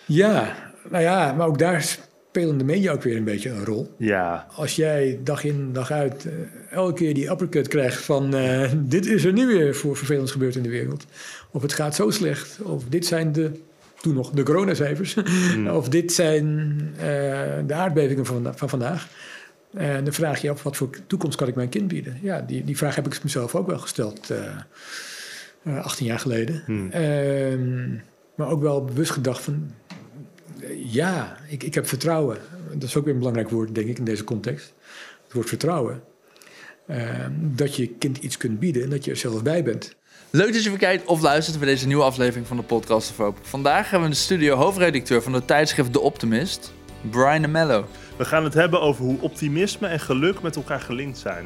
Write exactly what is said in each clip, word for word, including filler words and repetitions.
Ja, nou ja, maar ook daar spelen de media ook weer een beetje een rol. Ja. Als jij dag in dag uit uh, elke keer die uppercut krijgt van... Uh, dit is er nu weer voor vervelend gebeurd in de wereld. Of het gaat zo slecht. Of dit zijn de, toen nog, de coronacijfers. Mm. Of dit zijn uh, de aardbevingen van, van vandaag. En uh, dan vraag je af, wat voor toekomst kan ik mijn kind bieden? Ja, die, die vraag heb ik mezelf ook wel gesteld uh, uh, achttien jaar geleden. Mm. Uh, maar ook wel bewust gedacht van... Ja, ik, ik heb vertrouwen. Dat is ook weer een belangrijk woord, denk ik, in deze context. Het woord vertrouwen. Uh, dat je kind iets kunt bieden en dat je er zelf bij bent. Leuk dat je weer kijkt of luistert bij deze nieuwe aflevering van de Podcast of Hope. Vandaag hebben we in de studio hoofdredacteur van het tijdschrift De Optimist, Brian de Mello. We gaan het hebben over hoe optimisme en geluk met elkaar gelinkt zijn.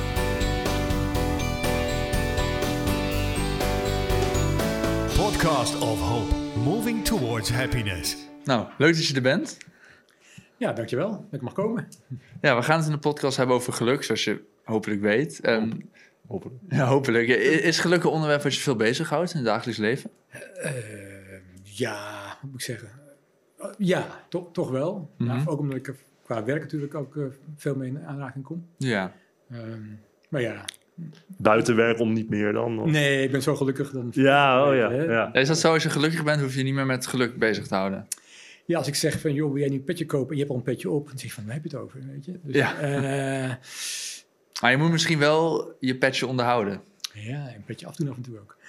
Podcast of Hope, moving towards happiness. Nou, leuk dat je er bent. Ja, dankjewel dat ik mag komen. Ja, we gaan het in de podcast hebben over geluk, zoals je hopelijk weet. Um, hopelijk. Ja, hopelijk. Is geluk een onderwerp wat je veel bezighoudt in het dagelijks leven? Uh, ja, wat moet ik zeggen? Uh, ja, to- toch wel. Mm-hmm. Nou, ook omdat ik er qua werk natuurlijk ook uh, veel mee in aanraking kom. Ja. Um, maar ja... Buitenwerk om niet meer dan? Of? Nee, ik ben zo gelukkig. Dan ja, oh ja, ja. Is dat zo, als je gelukkig bent, hoef je niet meer met geluk bezig te houden? Ja, als ik zeg van, joh, wil jij nu een petje kopen en je hebt al een petje op, dan zeg je van, waar heb je het over, weet je? Dus, ja. Uh, maar je moet misschien wel je petje onderhouden. Ja, een petje af doen af en toe ook.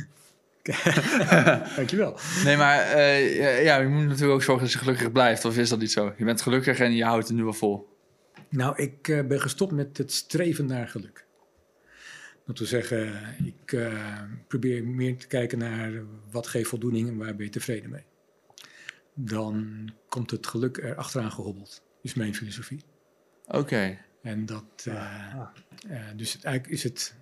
Dankjewel. Nee, maar uh, ja, je moet natuurlijk ook zorgen dat je gelukkig blijft, of is dat niet zo? Je bent gelukkig en je houdt het nu wel vol. Nou, ik uh, ben gestopt met het streven naar geluk. Dat wil zeggen, ik uh, probeer meer te kijken naar wat geeft voldoening en waar ben je tevreden mee. Dan komt het geluk er achteraan gehobbeld, is mijn filosofie. Oké. Okay. En dat, uh, uh, dus het, eigenlijk is het,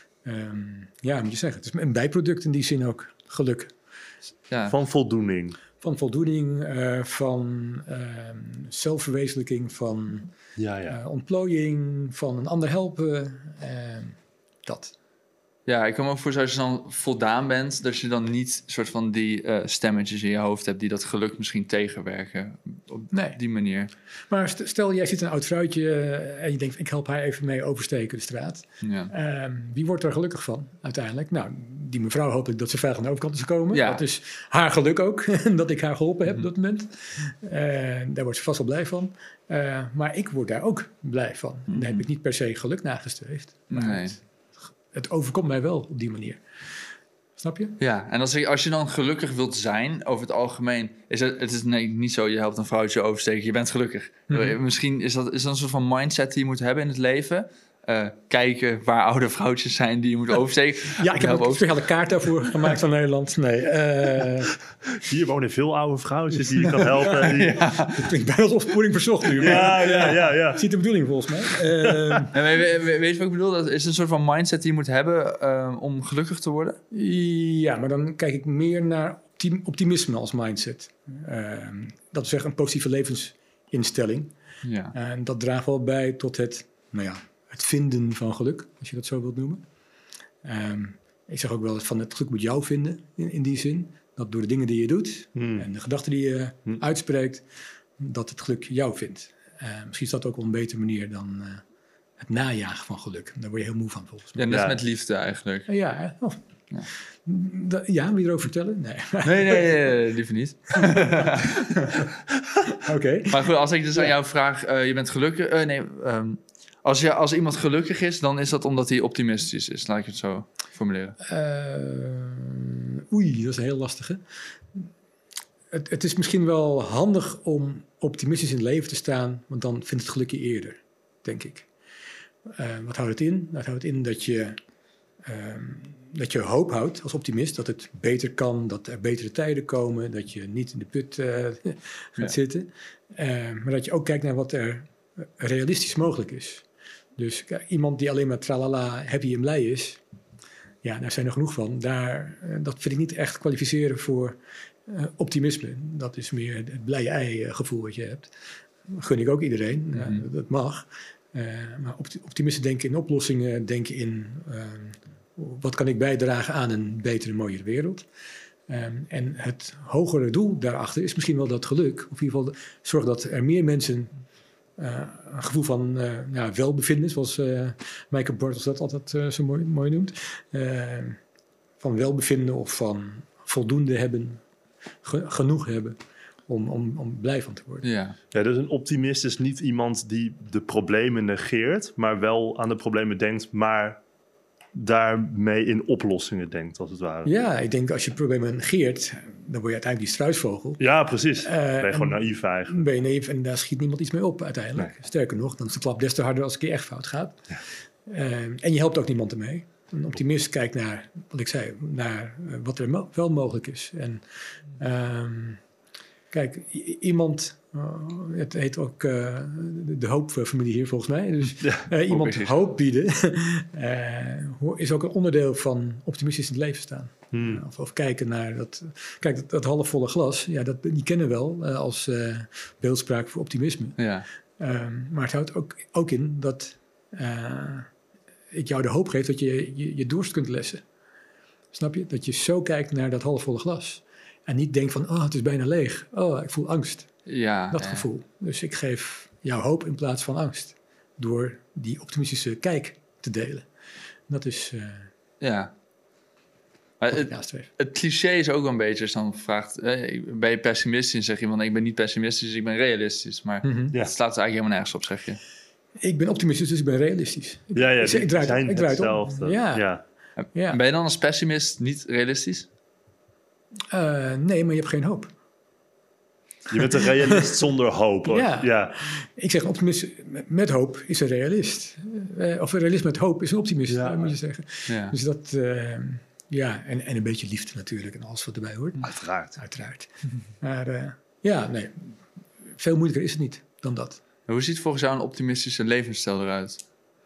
um, ja, moet je zeggen, het is een bijproduct in die zin ook, geluk. Ja. Van voldoening. Van voldoening, uh, van uh, zelfverwezenlijking, van ja, ja. Uh, ontplooiing, van een ander helpen. Uh, Dat. Ja, ik kan me ook voorstellen als je dan voldaan bent, dat je dan niet soort van die uh, stemmetjes in je hoofd hebt die dat geluk misschien tegenwerken op nee. die manier. Maar stel, jij ziet een oud vrouwtje uh, en je denkt, ik help haar even mee oversteken de straat. Ja. Uh, wie wordt er gelukkig van uiteindelijk? Nou, die mevrouw hoop ik dat ze veilig aan de overkant is gekomen. Ja. Dat is haar geluk ook, dat ik haar geholpen heb mm-hmm. op dat moment. Uh, daar wordt ze vast wel blij van. Uh, maar ik word daar ook blij van. Mm-hmm. Daar heb ik niet per se geluk nagestreefd. Maar nee. het, Het overkomt mij wel op die manier. Snap je? Ja, en als je, als je dan gelukkig wilt zijn, over het algemeen... is het, het is nee, niet zo, je helpt een vrouwtje oversteken, je bent gelukkig. Mm-hmm. Misschien is dat, is dat een soort van mindset die je moet hebben in het leven. Uh, kijken waar oude vrouwtjes zijn die je moet oversteken. Ja, ik heb ook een speciale kaart daarvoor gemaakt van Nederland. Nee. Uh... Hier wonen veel oude vrouwtjes die je kan helpen. Die... Ja. Het klinkt bijna als opsporing verzocht nu. Ja, ja, ja. ja. Dat is niet de bedoeling volgens mij. Uh... En weet, weet, weet je wat ik bedoel? Dat is een soort van mindset die je moet hebben uh, om gelukkig te worden? Ja, maar dan kijk ik meer naar optimisme als mindset. Uh, dat wil zeggen een positieve levensinstelling. Ja. En dat draagt wel bij tot het... Nou ja, het vinden van geluk, als je dat zo wilt noemen. Um, ik zeg ook wel van het geluk moet jou vinden, in, in die zin. Dat door de dingen die je doet hmm. en de gedachten die je hmm. uitspreekt, dat het geluk jou vindt. Uh, misschien is dat ook wel een betere manier dan uh, het najagen van geluk. Daar word je heel moe van volgens mij. Ja, net ja. met liefde eigenlijk. Uh, ja, oh. ja. Da, ja, wil je erover vertellen? Nee, nee, nee, nee liever niet. Oké. Okay. Maar goed, als ik dus aan jou vraag, uh, je bent gelukkig... Uh, nee, um, Als, je, als iemand gelukkig is, dan is dat omdat hij optimistisch is. Laat ik het zo formuleren. Uh, oei, dat is een heel lastige. Het, het is misschien wel handig om optimistisch in het leven te staan, want dan vindt het geluk je eerder, denk ik. Uh, wat houdt het in? Dat houdt in dat je, uh, dat je hoop houdt als optimist, dat het beter kan, dat er betere tijden komen, dat je niet in de put uh, gaat ja. zitten. Uh, maar dat je ook kijkt naar wat er realistisch mogelijk is. Dus kijk, iemand die alleen maar tralala happy en blij is, ja, daar zijn er genoeg van. Daar, uh, dat vind ik niet echt kwalificeren voor uh, optimisme. Dat is meer het blije ei uh, gevoel wat je hebt. Dat gun ik ook iedereen, mm-hmm. uh, dat mag. Uh, maar optimisten denken in oplossingen, denken in uh, wat kan ik bijdragen aan een betere, mooiere wereld. Um, en het hogere doel daarachter is misschien wel dat geluk. Of in ieder geval zorg dat er meer mensen uh, een gevoel van uh, nou, welbevinden, zoals uh, Michael Bortels dat altijd uh, zo mooi, mooi noemt. Uh, van welbevinden of van voldoende hebben, ge- genoeg hebben. Om, om, om blij van te worden. Ja. Ja, dus een optimist is niet iemand die de problemen negeert, maar wel aan de problemen denkt, maar daarmee in oplossingen denkt, als het ware. Ja, ik denk als je problemen negeert, dan word je uiteindelijk die struisvogel. Ja, precies. Uh, ben je gewoon naïef eigenlijk. Ben je naïef en daar schiet niemand iets mee op uiteindelijk. Nee. Sterker nog, dan is de klap des te harder als het een keer echt fout gaat. Ja. Uh, en je helpt ook niemand ermee. Een optimist kijkt naar, wat ik zei, naar uh, wat er mo- wel mogelijk is. En um, kijk, i- iemand, uh, het heet ook uh, de, de hoopfamilie hier volgens mij. Dus Ja, uh, iemand precies. hoop bieden uh, is ook een onderdeel van optimistisch in het leven staan. Hmm. Uh, of, of kijken naar dat, kijk, dat, dat halfvolle glas, ja, dat, die kennen we wel uh, als uh, beeldspraak voor optimisme. Ja. Um, maar het houdt ook, ook in dat uh, ik jou de hoop geef dat je, je je dorst kunt lessen. Snap je? Dat je zo kijkt naar dat halfvolle glas. En niet denkt van, oh, het is bijna leeg. Oh, ik voel angst. Ja, Dat ja. gevoel. Dus ik geef jou hoop in plaats van angst. Door die optimistische kijk te delen. Dat is uh, Ja. Maar wat ik het, nastreef. het cliché is ook wel een beetje, als dan vraagt, eh, ben je pessimistisch? En zeg je, van, ik ben niet pessimistisch, ik ben realistisch. Maar Mm-hmm. Ja. het slaat er eigenlijk helemaal nergens op, zeg je. Ik ben optimistisch, dus ik ben realistisch. Ik, Ja, ja, ik, die ik draai, zijn het- ik draai het om. hetzelfde. Ja. Ja. Ja. Ben je dan als pessimist niet realistisch? Uh, nee, maar je hebt geen hoop. Je bent een realist zonder hoop. Hoor. Ja. Ja. Ik zeg, een optimist met hoop is een realist. Uh, of een realist met hoop is een optimist, Ja. uh, moet je zeggen. Ja. Dus dat, uh, ja, en, en een beetje liefde natuurlijk en alles wat erbij hoort. Uiteraard. Uiteraard. Maar uh, ja, nee, veel moeilijker is het niet dan dat. Hoe ziet volgens jou een optimistische levensstijl eruit?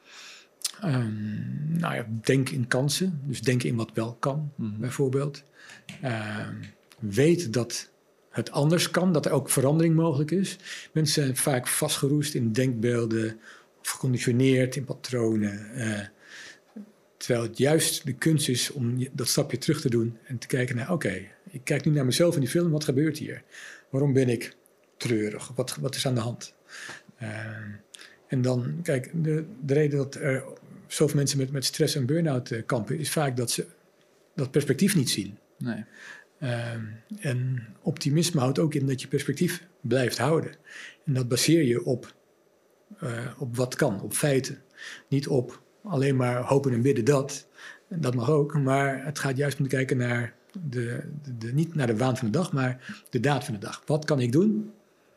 Um, nou ja, denk in kansen. Dus denk in wat wel kan, Mhm. bijvoorbeeld. Um, weet dat het anders kan, dat er ook verandering mogelijk is. Mensen zijn vaak vastgeroest in denkbeelden, of geconditioneerd in patronen. Uh, terwijl het juist de kunst is om dat stapje terug te doen en te kijken naar, oké, okay, ik kijk nu naar mezelf in die film, wat gebeurt hier? Waarom ben ik treurig? Wat, wat is aan de hand? Uh, en dan, kijk, de, de reden dat er zoveel mensen met, met stress en burn-out uh, kampen, is vaak dat ze dat perspectief niet zien. Nee. Uh, en optimisme houdt ook in dat je perspectief blijft houden. En dat baseer je op, uh, op wat kan, op feiten. Niet op alleen maar hopen en bidden dat. Dat mag ook, maar het gaat juist om te kijken naar de, de, de, niet naar de waan van de dag, maar de daad van de dag. Wat kan ik doen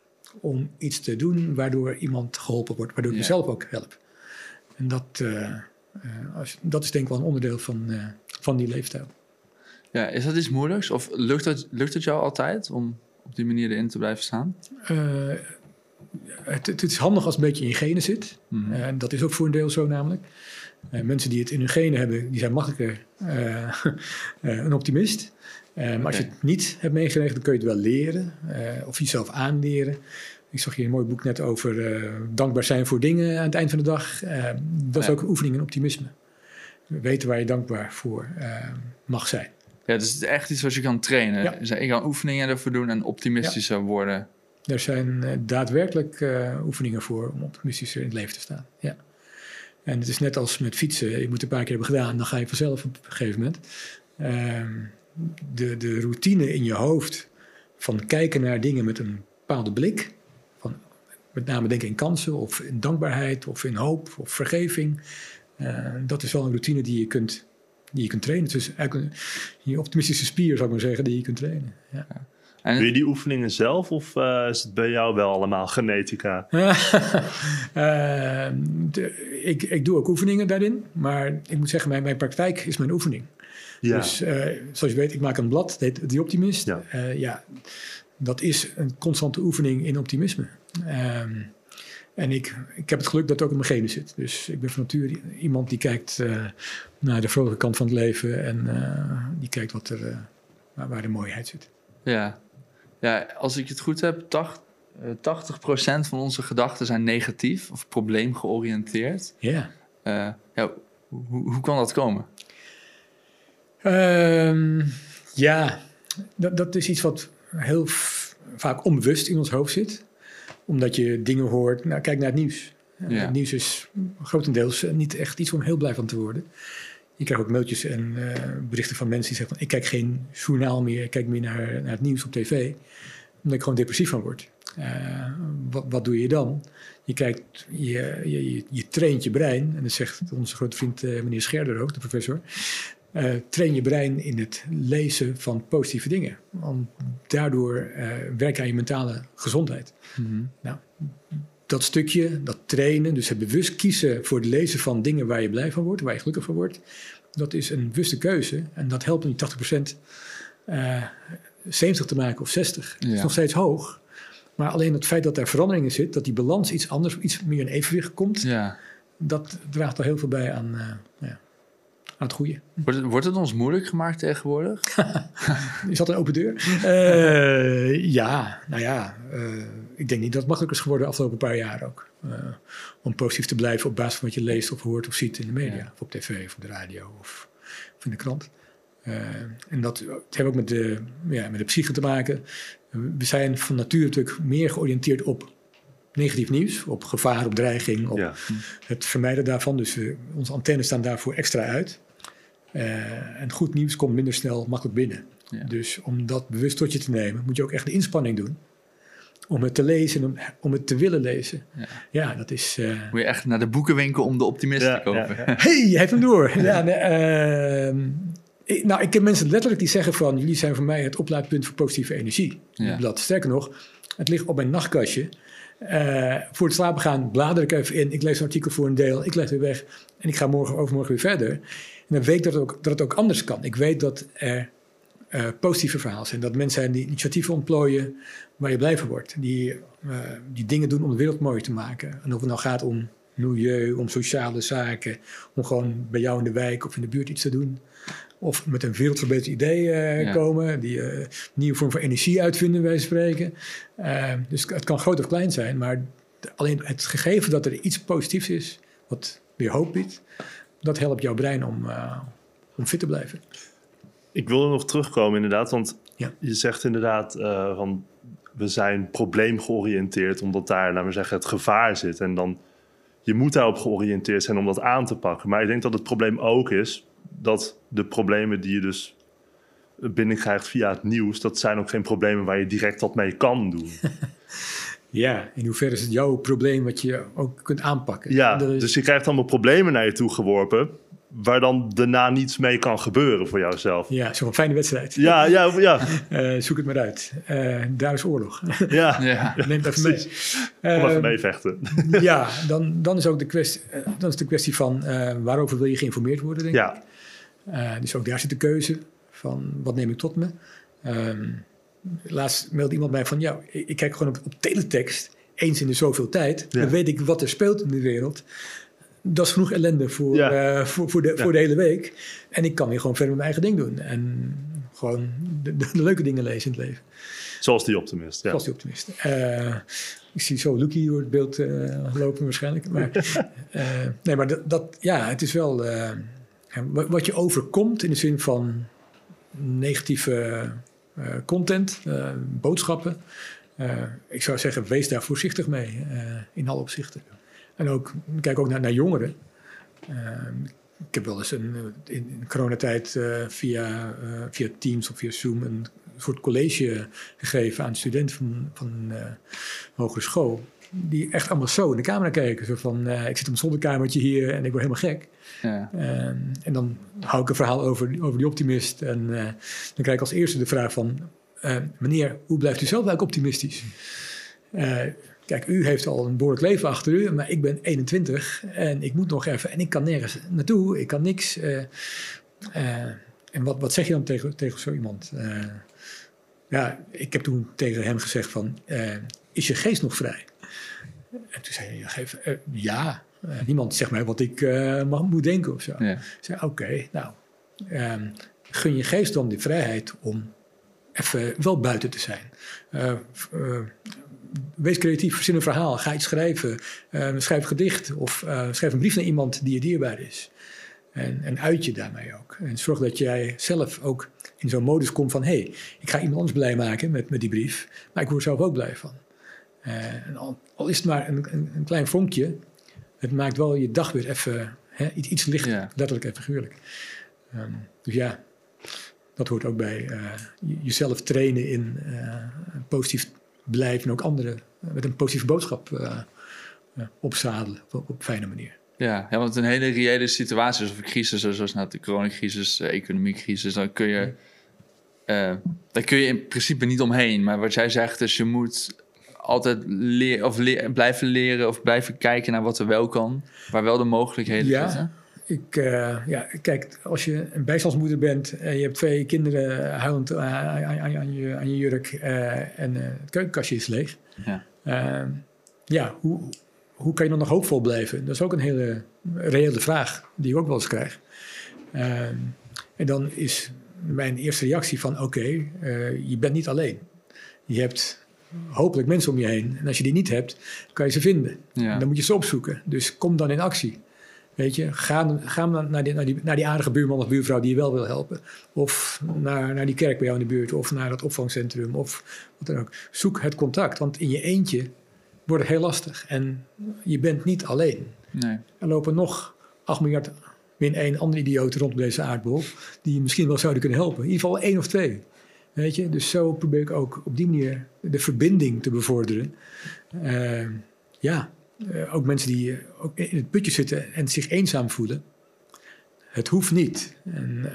om iets te doen waardoor iemand geholpen wordt, waardoor ik Ja. mezelf ook help. En dat, uh, uh, als, dat is denk ik wel een onderdeel van, uh, van die leefstijl. Ja, is dat iets moeilijks? Of lukt het, lukt het jou altijd om op die manier erin te blijven staan? Uh, het, het is handig als het een beetje in je genen zit. Mm-hmm. Uh, dat is ook voor een deel zo namelijk. Uh, mensen die het in hun genen hebben, die zijn makkelijker uh, uh, een optimist. Uh, maar okay. als je het niet hebt meegekregen, dan kun je het wel leren. Uh, of jezelf aanleren. Ik zag hier een mooi boek net over uh, dankbaar zijn voor dingen aan het eind van de dag. Uh, dat is ja. ook een oefening in optimisme. Weten waar je dankbaar voor uh, mag zijn. Ja, dus het is echt iets wat je kan trainen. Ja. Dus ik kan oefeningen ervoor doen en optimistischer ja. worden. Er zijn uh, daadwerkelijk uh, oefeningen voor om optimistischer in het leven te staan. Ja. En het is net als met fietsen. Je moet het een paar keer hebben gedaan, dan ga je vanzelf op een gegeven moment. Uh, de, de routine in je hoofd van kijken naar dingen met een bepaalde blik. Van met name denken in kansen of in dankbaarheid of in hoop of vergeving. Uh, dat is wel een routine die je kunt, die je kunt trainen. Het is eigenlijk een, je optimistische spier, zou ik maar zeggen, die je kunt trainen. Ja. Ja. En doe je die oefeningen zelf of uh, is het bij jou wel allemaal genetica? uh, de, ik, ik doe ook oefeningen daarin, maar ik moet zeggen, mijn, mijn praktijk is mijn oefening. Ja. Dus uh, zoals je weet, ik maak een blad, dat heet The Optimist. Ja. Uh, ja, dat is een constante oefening in optimisme. Um, en ik, ik heb het geluk dat het ook in mijn genen zit. Dus ik ben van nature iemand die kijkt uh, naar de vrolijke kant van het leven en uh, die kijkt wat er, uh, waar, waar de mooiheid zit. Ja. Ja, als ik het goed heb, tachtig procent van onze gedachten zijn negatief of probleemgeoriënteerd. Ja. Uh, ja hoe, hoe kan dat komen? Um, ja, dat, dat is iets wat heel f- vaak onbewust in ons hoofd zit. Omdat je dingen hoort. Nou, kijk naar het nieuws. Ja. Het nieuws is grotendeels niet echt iets om heel blij van te worden. Je krijgt ook mailtjes en uh, berichten van mensen die zeggen van, ik kijk geen journaal meer, ik kijk meer naar, naar het nieuws op tv. Omdat ik gewoon depressief van word. Uh, wat, wat doe je dan? Je kijkt, je, je, je, je traint je brein, en dat zegt onze grote vriend uh, meneer Scherder ook, de professor. Uh, train je brein in het lezen van positieve dingen. Want daardoor uh, werk je aan je mentale gezondheid. Mm-hmm. Nou, dat stukje, dat trainen, dus het bewust kiezen voor het lezen van dingen waar je blij van wordt, waar je gelukkig van wordt, dat is een bewuste keuze. En dat helpt om die tachtig procent uh, zeventig te maken of zestig. Ja. Dat is nog steeds hoog. Maar alleen het feit dat er verandering in zit, dat die balans iets anders, iets meer in evenwicht komt, Ja. dat draagt al heel veel bij aan, uh, ja, aan het goede. Wordt het, wordt het ons moeilijk gemaakt tegenwoordig? Is dat een open deur? Uh, ja, nou ja. Uh, ik denk niet dat het makkelijker is geworden de afgelopen paar jaar ook. Uh, om positief te blijven op basis van wat je leest of hoort of ziet in de media. Ja. Of op tv of op de radio of, of in de krant. Uh, en dat het heeft ook met de, ja, met de psyche te maken. We zijn van nature natuurlijk meer georiënteerd op negatief nieuws. Op gevaar, op dreiging, op Ja. het vermijden daarvan. Dus uh, onze antennes staan daarvoor extra uit. Uh, en goed nieuws komt minder snel makkelijk binnen. Ja. Dus om dat bewust tot je te nemen, moet je ook echt de inspanning doen. Om het te lezen, om, om het te willen lezen. Ja. Ja, dat is... Uh... Moet je echt naar de boekenwinkel om de Optimist Ja, te kopen. ja, ja. Hey, je hebt hem door. Ja, nee, uh, ik, nou, ik ken mensen letterlijk die zeggen van, jullie zijn voor mij het oplaadpunt voor positieve energie. Ja. Dat, sterker nog, het ligt op mijn nachtkastje. Uh, voor het slapen gaan blader ik even in. Ik lees een artikel voor een deel. Ik leg het weer weg. En ik ga morgen overmorgen weer verder. En dan weet ik dat het ook, dat het ook anders kan. Ik weet dat er uh, positieve verhalen zijn. Dat mensen zijn die initiatieven ontplooien waar je blij van wordt. Die, uh, die dingen doen om de wereld mooier te maken. En of het nou gaat om milieu, om sociale zaken. Om gewoon bij jou in de wijk of in de buurt iets te doen. Of met een wereldverbeterend idee uh, ja. komen. Die uh, nieuwe vorm van energie uitvinden, wij spreken. Uh, dus het kan groot of klein zijn. Maar alleen het gegeven dat er iets positiefs is, wat weer hoop biedt, dat helpt jouw brein om, uh, om fit te blijven. Ik wil er nog terugkomen inderdaad. Want ja. je zegt inderdaad uh, van we zijn probleemgeoriënteerd, omdat daar, laten we zeggen, het gevaar zit. En dan, je moet daarop georiënteerd zijn om dat aan te pakken. Maar ik denk dat het probleem ook is dat de problemen die je dus binnenkrijgt via het nieuws, dat zijn ook geen problemen waar je direct wat mee kan doen. Ja, in hoeverre is het jouw probleem wat je ook kunt aanpakken? Ja, is... dus je krijgt allemaal problemen naar je toe geworpen, waar dan daarna niets mee kan gebeuren voor jouzelf. Ja, zo'n fijne wedstrijd. Ja, ja, ja. Uh, zoek het maar uit. Uh, daar is oorlog. Ja, ja. Neem het even mee. Kom even meevechten. Uh, ja, dan, dan is ook de kwestie, uh, dan is de kwestie van uh, waarover wil je geïnformeerd worden, denk ja. ik. Uh, dus ook daar zit de keuze van wat neem ik tot me. Um, laatst mailde iemand mij van, ja, ik, ik kijk gewoon op, op teletext eens in de zoveel tijd. Ja. Dan weet ik wat er speelt in de wereld. Dat is genoeg ellende voor, ja. uh, voor, voor, de, ja. voor de hele week. En ik kan weer gewoon verder met mijn eigen ding doen. En gewoon de, de, de leuke dingen lezen in het leven. Zoals die optimist. Ja. Zoals die optimist. Uh, ik zie zo Lucky door het beeld uh, lopen waarschijnlijk. Maar, uh, nee, maar dat, dat, ja, het is wel uh, wat je overkomt in de zin van negatieve uh, content, uh, boodschappen. Uh, ik zou zeggen, wees daar voorzichtig mee uh, in alle opzichten. En ook, kijk ook naar, naar jongeren. Uh, ik heb wel eens een, in, in coronatijd uh, via, uh, via Teams of via Zoom een soort college gegeven aan studenten van, van een uh, hogere school. Die echt allemaal zo in de camera kijken. Zo van, uh, ik zit op een zolderkamertje hier en ik word helemaal gek. Ja. Uh, en dan hou ik een verhaal over, over die optimist. En uh, dan krijg ik als eerste de vraag van, uh, meneer, hoe blijft u zelf eigenlijk optimistisch? Uh, Kijk, u heeft al een behoorlijk leven achter u, maar ik ben eenentwintig en ik moet nog even en ik kan nergens naartoe, ik kan niks. Uh, uh, en wat, wat zeg je dan tegen, tegen zo iemand? Uh, ja, ik heb toen tegen hem gezegd van, uh, is je geest nog vrij? En toen zei hij, uh, ja, uh, niemand zegt mij wat ik uh, mag, moet denken of zo. Ja. Ik zei, oké, okay, nou, um, gun je geest dan de vrijheid om even wel buiten te zijn. Uh, uh, Wees creatief, verzin een verhaal, ga iets schrijven, uh, schrijf een gedicht of uh, schrijf een brief naar iemand die je dierbaar is. En, en uit je daarmee ook. En zorg dat jij zelf ook in zo'n modus komt van... hé, hey, ik ga iemand anders blij maken met, met die brief. Maar ik word er zelf ook blij van. Uh, en al, al is het maar een, een, een klein vonkje... het maakt wel je dag weer even hè, iets, iets lichter. Ja. Letterlijk en figuurlijk. Um, dus ja, dat hoort ook bij uh, jezelf trainen in uh, positief blijven... en ook anderen uh, met een positieve boodschap uh, uh, opzadelen op, op een fijne manier. Ja, ja, want een hele reële situatie, of een crisis, zoals nou de coronacrisis, de economiecrisis, dan kun je, uh, daar kun je in principe niet omheen. Maar wat jij zegt is, je moet altijd leer, of leer, blijven leren of blijven kijken naar wat er wel kan, waar wel de mogelijkheden ja, zitten. Ik, uh, ja, kijk, als je een bijstandsmoeder bent en je hebt twee kinderen huilend uh, aan, aan, aan, je, aan je jurk uh, en uh, het keukenkastje is leeg. Ja, uh, ja hoe... Hoe kan je dan nog hoopvol blijven? Dat is ook een hele reële vraag die ik ook wel eens krijg. Uh, en dan is mijn eerste reactie van... oké, okay, uh, je bent niet alleen. Je hebt hopelijk mensen om je heen. En als je die niet hebt, kan je ze vinden. Ja. En dan moet je ze opzoeken. Dus kom dan in actie. Weet je, ga, ga naar, die, naar, die, naar die aardige buurman of buurvrouw die je wel wil helpen. Of naar, naar die kerk bij jou in de buurt. Of naar het opvangcentrum. Of wat dan ook. Zoek het contact. Want in je eentje... wordt het heel lastig. En je bent niet alleen. Nee. Er lopen nog acht miljard min één andere idioten rond deze aardbol... die je misschien wel zouden kunnen helpen. In ieder geval één of twee. Weet je? Dus zo probeer ik ook op die manier de verbinding te bevorderen. Uh, ja, uh, ook mensen die uh, ook in het putje zitten en zich eenzaam voelen. Het hoeft niet. En, uh,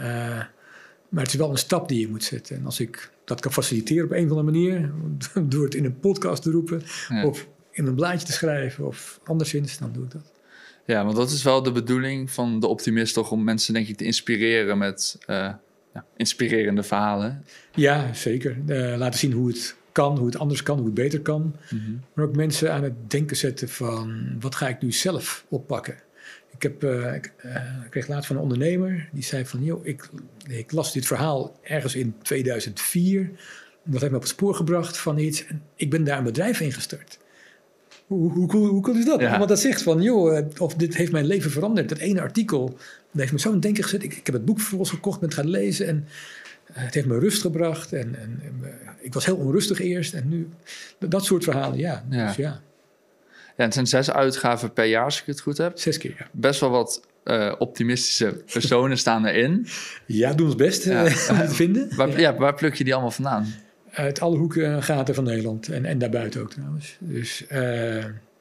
maar het is wel een stap die je moet zetten. En als ik dat kan faciliteren op een of andere manier... door het in een podcast te roepen... Ja. Of in een blaadje te schrijven of anderszins, dan doe ik dat. Ja, want dat is wel de bedoeling van de optimist, toch? Om mensen, denk ik, te inspireren met uh, ja, inspirerende verhalen. Ja, zeker. Uh, laten zien hoe het kan, hoe het anders kan, hoe het beter kan. Mm-hmm. Maar ook mensen aan het denken zetten van... wat ga ik nu zelf oppakken? Ik, heb, uh, ik, uh, ik kreeg laatst van een ondernemer... die zei van, joh, ik, ik las dit verhaal ergens in tweeduizend vier... dat heeft me op het spoor gebracht van iets... en ik ben daar een bedrijf in gestart... Hoe, hoe, hoe, hoe cool is dat? Ja. Iemand dat zegt van, joh, of dit heeft mijn leven veranderd. Dat ene artikel, dat heeft me zo aan het denken gezet. Ik, ik heb het boek vervolgens gekocht, ben het gaan lezen. En uh, het heeft me rust gebracht. En, en uh, ik was heel onrustig eerst. En nu, dat soort verhalen, ja. Ja, dus, ja. ja het zijn zes uitgaven per jaar, als ik het goed heb. Zes keer, ja. Best wel wat uh, optimistische personen staan erin. Ja, doen ons best ja. uh, om die te vinden. Waar, ja. ja, waar pluk je die allemaal vandaan? Uit alle hoeken en gaten van Nederland. En, en daarbuiten ook trouwens. Dus... Uh,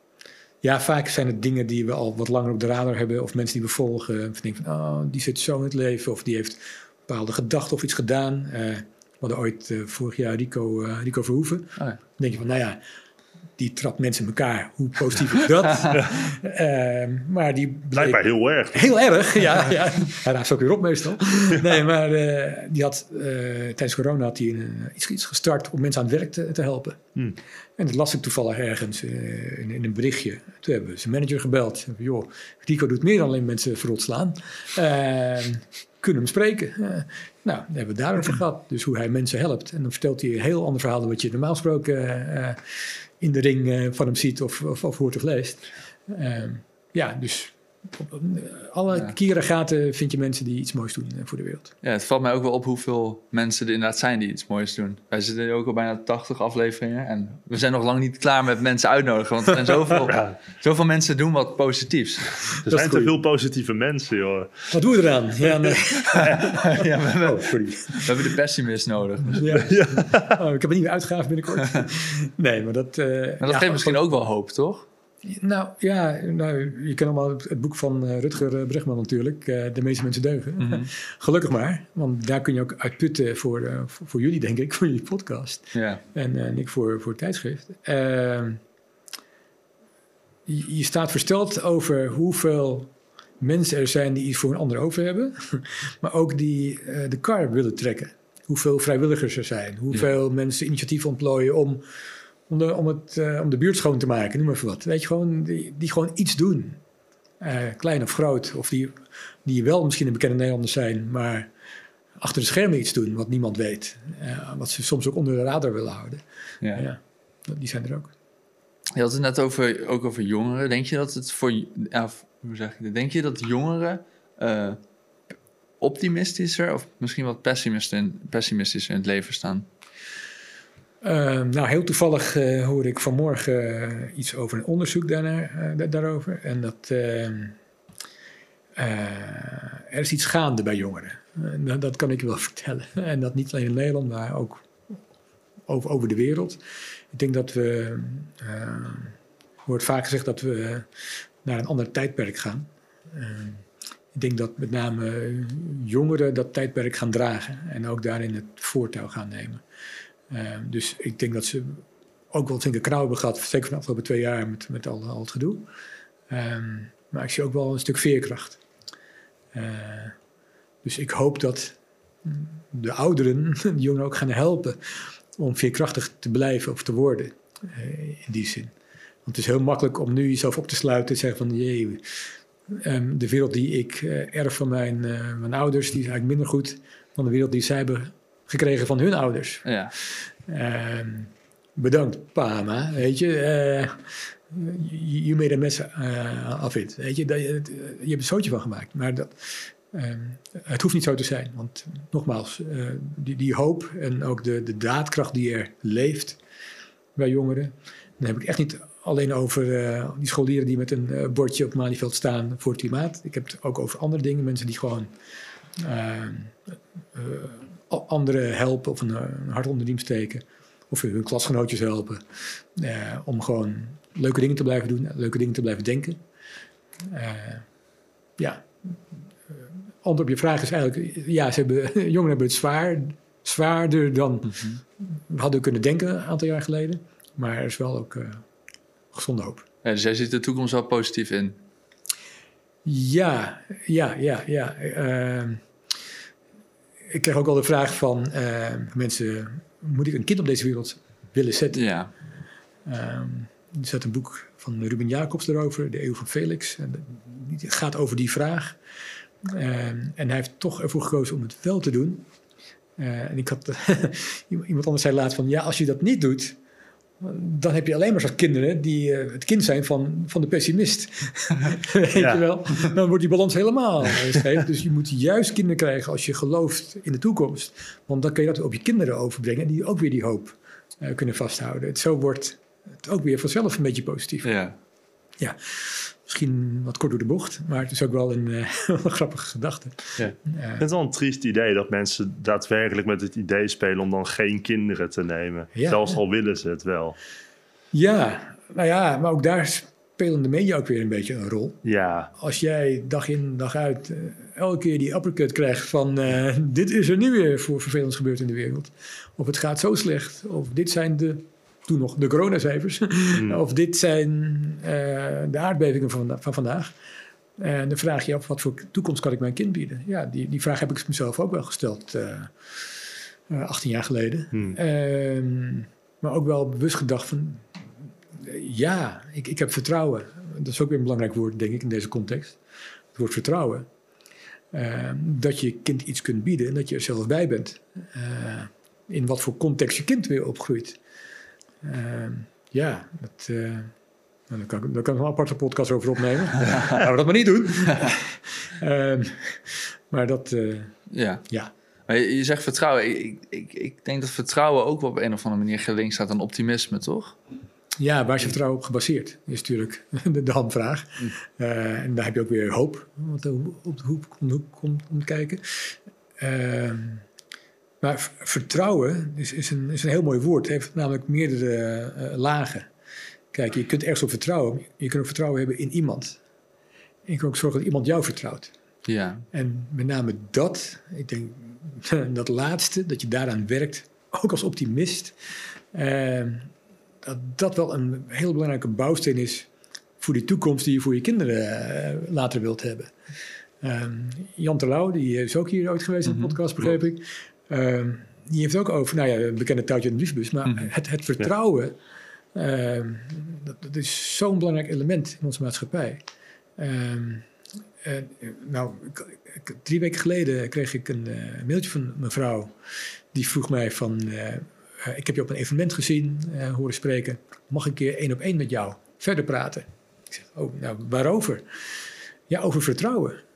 Ja, vaak zijn het dingen die we al wat langer op de radar hebben... of mensen die we volgen. Of denken van, oh, die zit zo in het leven... of die heeft een bepaalde gedachten of iets gedaan. Uh, we hadden ooit uh, vorig jaar Rico, uh, Rico Verhoeven. Oh ja. Dan denk je van, nou ja... die trapt mensen in elkaar. Hoe positief is dat? ja. uh, maar die bleek... Blijkbaar heel erg. Heel erg, ja. ja. Hij raast ook weer op meestal. Nee, maar uh, die had... Uh, tijdens corona had hij een, iets, iets gestart... om mensen aan het werk te, te helpen. Hmm. En dat las ik toevallig ergens uh, in, in een berichtje. Toen hebben we zijn manager gebeld. Joh, Rico doet meer dan alleen mensen verrot slaan. Uh, kunnen hem spreken. Uh, nou, dan hebben we het daarover gehad. Dus hoe hij mensen helpt. En dan vertelt hij een heel ander verhaal... dan wat je normaal gesproken uh, in de ring uh, van hem ziet... of, of, of hoort of leest. Uh, ja, dus... Op alle ja. kieren gaten vind je mensen die iets moois doen voor de wereld. Ja, het valt mij ook wel op hoeveel mensen er inderdaad zijn die iets moois doen. Wij zitten ook al bijna tachtig afleveringen en we zijn nog lang niet klaar met mensen uitnodigen. Want er zijn zoveel, ja. zoveel mensen doen wat positiefs. Er zijn te veel positieve mensen, joh. Wat doe je eraan? Ja, nee. ja, we, hebben, oh, sorry. we hebben de pessimist nodig. Ja. Ja. Oh, ik heb een nieuwe uitgave binnenkort. Nee, maar dat... Uh, maar dat ja, geeft misschien ook wel hoop, toch? Nou ja, nou, je kent allemaal het boek van uh, Rutger Bregman natuurlijk. Uh, de meeste mensen deugen. Mm-hmm. Gelukkig maar, want daar kun je ook uitputten voor, uh, voor, voor jullie, denk ik, voor jullie podcast. Ja. En uh, ik voor, voor het tijdschrift. Uh, je, je staat versteld over hoeveel mensen er zijn die iets voor een ander over hebben. Maar ook die uh, de kar willen trekken. Hoeveel vrijwilligers er zijn. Hoeveel ja. mensen initiatief ontplooien om... Om de, om, het, uh, om de buurt schoon te maken, noem maar even wat. Weet je, gewoon, die, die gewoon iets doen. Uh, klein of groot. Of die, die wel misschien een bekende Nederlanders zijn... maar achter de schermen iets doen wat niemand weet. Uh, wat ze soms ook onder de radar willen houden. Ja. Ja, die zijn er ook. Je had het net over, ook over jongeren. Denk je dat het voor... Ja, hoe zeg je dat? Denk je dat jongeren uh, optimistischer of misschien wat pessimistischer in, pessimistischer in het leven staan? Uh, nou, heel toevallig uh, hoorde ik vanmorgen uh, iets over een onderzoek daarnaar, uh, da- daarover. En dat uh, uh, er is iets gaande bij jongeren. Uh, dat kan ik je wel vertellen. En dat niet alleen in Nederland, maar ook over, over de wereld. Ik denk dat we... Uh, wordt vaak gezegd dat we uh, naar een ander tijdperk gaan. Uh, ik denk dat met name jongeren dat tijdperk gaan dragen. En ook daarin het voortouw gaan nemen. Uh, dus ik denk dat ze ook wel een knauw hebben gehad, zeker van de afgelopen twee jaar met, met al, al het gedoe. Um, maar ik zie ook wel een stuk veerkracht. Uh, dus ik hoop dat de ouderen de jongeren ook gaan helpen om veerkrachtig te blijven of te worden. Uh, in die zin. Want het is heel makkelijk om nu jezelf op te sluiten en zeggen van jee, um, de wereld die ik uh, erf van mijn, uh, mijn ouders, die is eigenlijk minder goed dan de wereld die zij hebben gekregen van hun ouders. Ja. Uh, bedankt, Pama. Weet je, uh, je made a mess uh, of it. Weet je, dat, je, je hebt een zootje van gemaakt. Maar dat, uh, het hoeft niet zo te zijn. Want nogmaals, uh, die, die hoop en ook de, de daadkracht die er leeft bij jongeren. Dan heb ik echt niet alleen over uh, die scholieren die met een uh, bordje op Malieveld staan voor het klimaat. Ik heb het ook over andere dingen. Mensen die gewoon uh, uh, anderen helpen of een, een hart onder de riem steken. Of hun klasgenootjes helpen. Uh, om gewoon leuke dingen te blijven doen. Leuke dingen te blijven denken. Uh, ja. Uh, antwoord op je vraag is eigenlijk... Ja, ze hebben, jongeren hebben het zwaar. Zwaarder dan mm-hmm. we hadden kunnen denken een aantal jaar geleden. Maar er is wel ook uh, gezonde hoop. Ja, dus jij ziet de toekomst wel positief in? Ja, ja, ja, ja. Uh, ik krijg ook al de vraag van uh, mensen... moet ik een kind op deze wereld willen zetten? Ja. Um, er staat een boek van Ruben Jacobs erover, De Eeuw van Felix. En die gaat over die vraag. Um, en hij heeft toch ervoor gekozen om het wel te doen. Uh, en ik had iemand anders zei laatst van... ja, als je dat niet doet... dan heb je alleen maar zo'n kinderen die uh, het kind zijn van, van de pessimist. Weet ja. je wel? Dan wordt die balans helemaal scheef. Dus je moet juist kinderen krijgen als je gelooft in de toekomst. Want dan kun je dat op je kinderen overbrengen... die ook weer die hoop uh, kunnen vasthouden. Het, zo wordt het ook weer vanzelf een beetje positief. Ja. Ja, misschien wat kort door de bocht... maar het is ook wel een, uh, een grappige gedachte. Ja. Uh, ik vind het wel een triest idee dat mensen daadwerkelijk met het idee spelen... om dan geen kinderen te nemen. Ja, Zelfs ja. al willen ze het wel. Ja, nou ja, maar ook daar spelen de media ook weer een beetje een rol. Ja. Als jij dag in dag uit uh, elke keer die uppercut krijgt van... Uh, dit is er nu weer voor vervelend gebeurd in de wereld. Of het gaat zo slecht. Of dit zijn de... toen nog de coronacijfers. Mm. Of dit zijn uh, de aardbevingen van, van vandaag. En dan vraag je af, wat voor toekomst kan ik mijn kind bieden? Ja, die, die vraag heb ik mezelf ook wel gesteld. Uh, uh, achttien jaar geleden. Mm. Uh, maar ook wel bewust gedacht van... Uh, ja, ik, ik heb vertrouwen. Dat is ook weer een belangrijk woord, denk ik, in deze context. Het woord vertrouwen. Uh, dat je kind iets kunt bieden en dat je er zelf bij bent. Uh, in wat voor context je kind weer opgroeit. Uh, ja, dat, uh, nou, daar, kan, daar kan ik een aparte podcast over opnemen. Laten we dat maar niet doen. uh, maar dat, uh, ja. ja. Maar je, je zegt vertrouwen. Ik, ik, ik denk dat vertrouwen ook wel op een of andere manier gelinkt staat aan optimisme, toch? Ja, waar is je vertrouwen op gebaseerd? Is natuurlijk de, de hamvraag. Mm. Uh, en daar heb je ook weer hoop, wat op de hoek komt om kijken. Uh, Maar vertrouwen is, is, een, is een heel mooi woord. Het heeft namelijk meerdere uh, lagen. Kijk, je kunt ergens op vertrouwen. Je kunt ook vertrouwen hebben in iemand. En je kunt ook zorgen dat iemand jou vertrouwt. Ja. En met name dat, ik denk dat laatste, dat je daaraan werkt, ook als optimist, uh, dat dat wel een heel belangrijke bouwsteen is voor die toekomst die je voor je kinderen uh, later wilt hebben. Uh, Jan Terlouw, die is ook hier ooit geweest in de podcast, begreep mm-hmm. ik. Uh, die heeft ook over, nou ja, een bekende touwtje in de briefbus, maar mm-hmm. het, het vertrouwen, uh, dat, dat is zo'n belangrijk element in onze maatschappij. Uh, uh, nou, ik, ik, drie weken geleden kreeg ik een uh, mailtje van mijn vrouw, die vroeg mij van, uh, uh, ik heb je op een evenement gezien, uh, horen spreken, mag ik een keer één op één met jou verder praten? Ik zeg, oh, nou, waarover? Ja, over vertrouwen.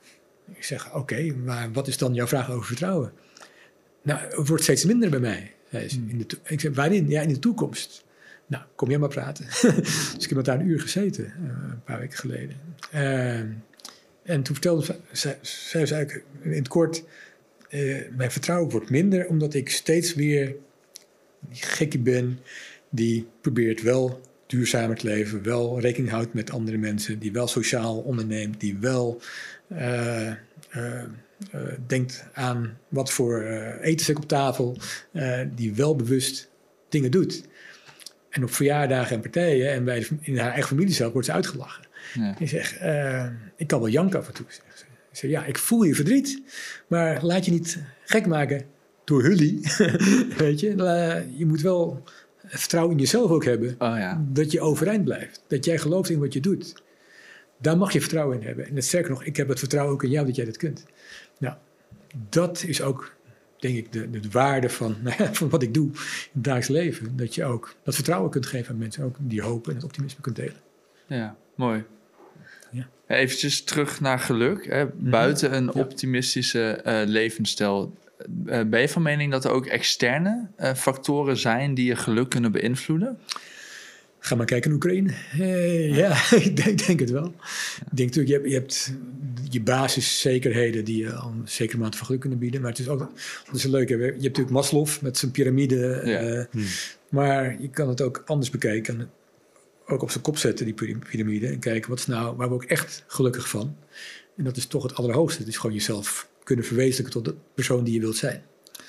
Ik zeg, oké, okay, maar wat is dan jouw vraag over vertrouwen? Nou, het wordt steeds minder bij mij. In de to- ik zeg, waarin? Ja, in de toekomst. Nou, kom jij maar praten. Dus ik heb met daar een uur gezeten, uh, een paar weken geleden. Uh, en toen vertelde ze, zei ze eigenlijk in het kort... Uh, mijn vertrouwen wordt minder omdat ik steeds weer die gekkie ben... die probeert wel duurzamer te leven, wel rekening houdt met andere mensen... die wel sociaal onderneemt, die wel... Uh, uh, Uh, denkt aan wat voor uh, eten zet op tafel, uh, die wel bewust dingen doet. En op verjaardagen en partijen en bij de, in haar eigen familie zelf wordt ze uitgelachen. Ja. Je zegt, uh, ik kan wel janken af en toe. Zegt ze. Ik zeg, ja, ik voel je verdriet, maar laat je niet gek maken door hullie. Weet je, uh, je moet wel vertrouwen in jezelf ook hebben, oh, ja. dat je overeind blijft, dat jij gelooft in wat je doet. Daar mag je vertrouwen in hebben. En sterker nog, ik heb het vertrouwen ook in jou dat jij dat kunt. Nou, dat is ook, denk ik, de, de waarde van, nou ja, van wat ik doe in het dagelijks leven. Dat je ook dat vertrouwen kunt geven aan mensen. Ook die hoop en het optimisme kunt delen. Ja, mooi. Ja. Eventjes terug naar geluk. Hè. Buiten een ja. optimistische uh, levensstijl. Uh, ben je van mening dat er ook externe uh, factoren zijn die je geluk kunnen beïnvloeden? Ga maar kijken in Oekraïne. Uh, ja, ik denk, denk het wel. Ja. Ik denk natuurlijk, je hebt, je hebt je basiszekerheden die je al een zekere mate van geluk kunnen bieden. Maar het is ook, dat is leuk. Hè? Je hebt natuurlijk Maslow met zijn piramide. Ja. Uh, hmm. Maar je kan het ook anders bekijken. Ook op zijn kop zetten, die piramide. En kijken, wat is nou, waar we ook echt gelukkig van? En dat is toch het allerhoogste. Het is gewoon jezelf kunnen verwezenlijken tot de persoon die je wilt zijn.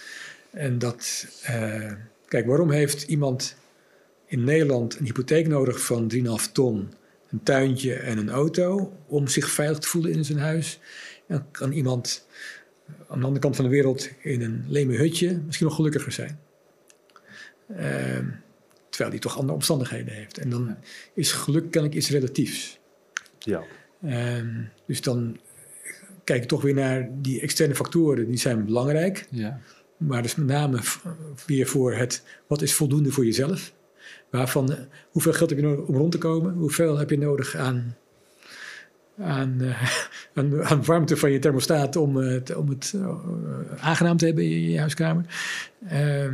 En dat... Uh, kijk, waarom heeft iemand... in Nederland een hypotheek nodig van drie komma vijf ton, een tuintje en een auto... om zich veilig te voelen in zijn huis. En dan kan iemand aan de andere kant van de wereld in een leme hutje misschien nog gelukkiger zijn. Uh, terwijl hij toch andere omstandigheden heeft. En dan is geluk kennelijk iets relatiefs. Ja. Uh, dus dan kijk je toch weer naar die externe factoren. Die zijn belangrijk. Ja. Maar dus met name weer voor het... wat is voldoende voor jezelf... Waarvan, hoeveel geld heb je nodig om rond te komen? Hoeveel heb je nodig aan, aan, uh, aan, aan warmte van je thermostaat om, uh, te, om het uh, aangenaam te hebben in je huiskamer? Uh,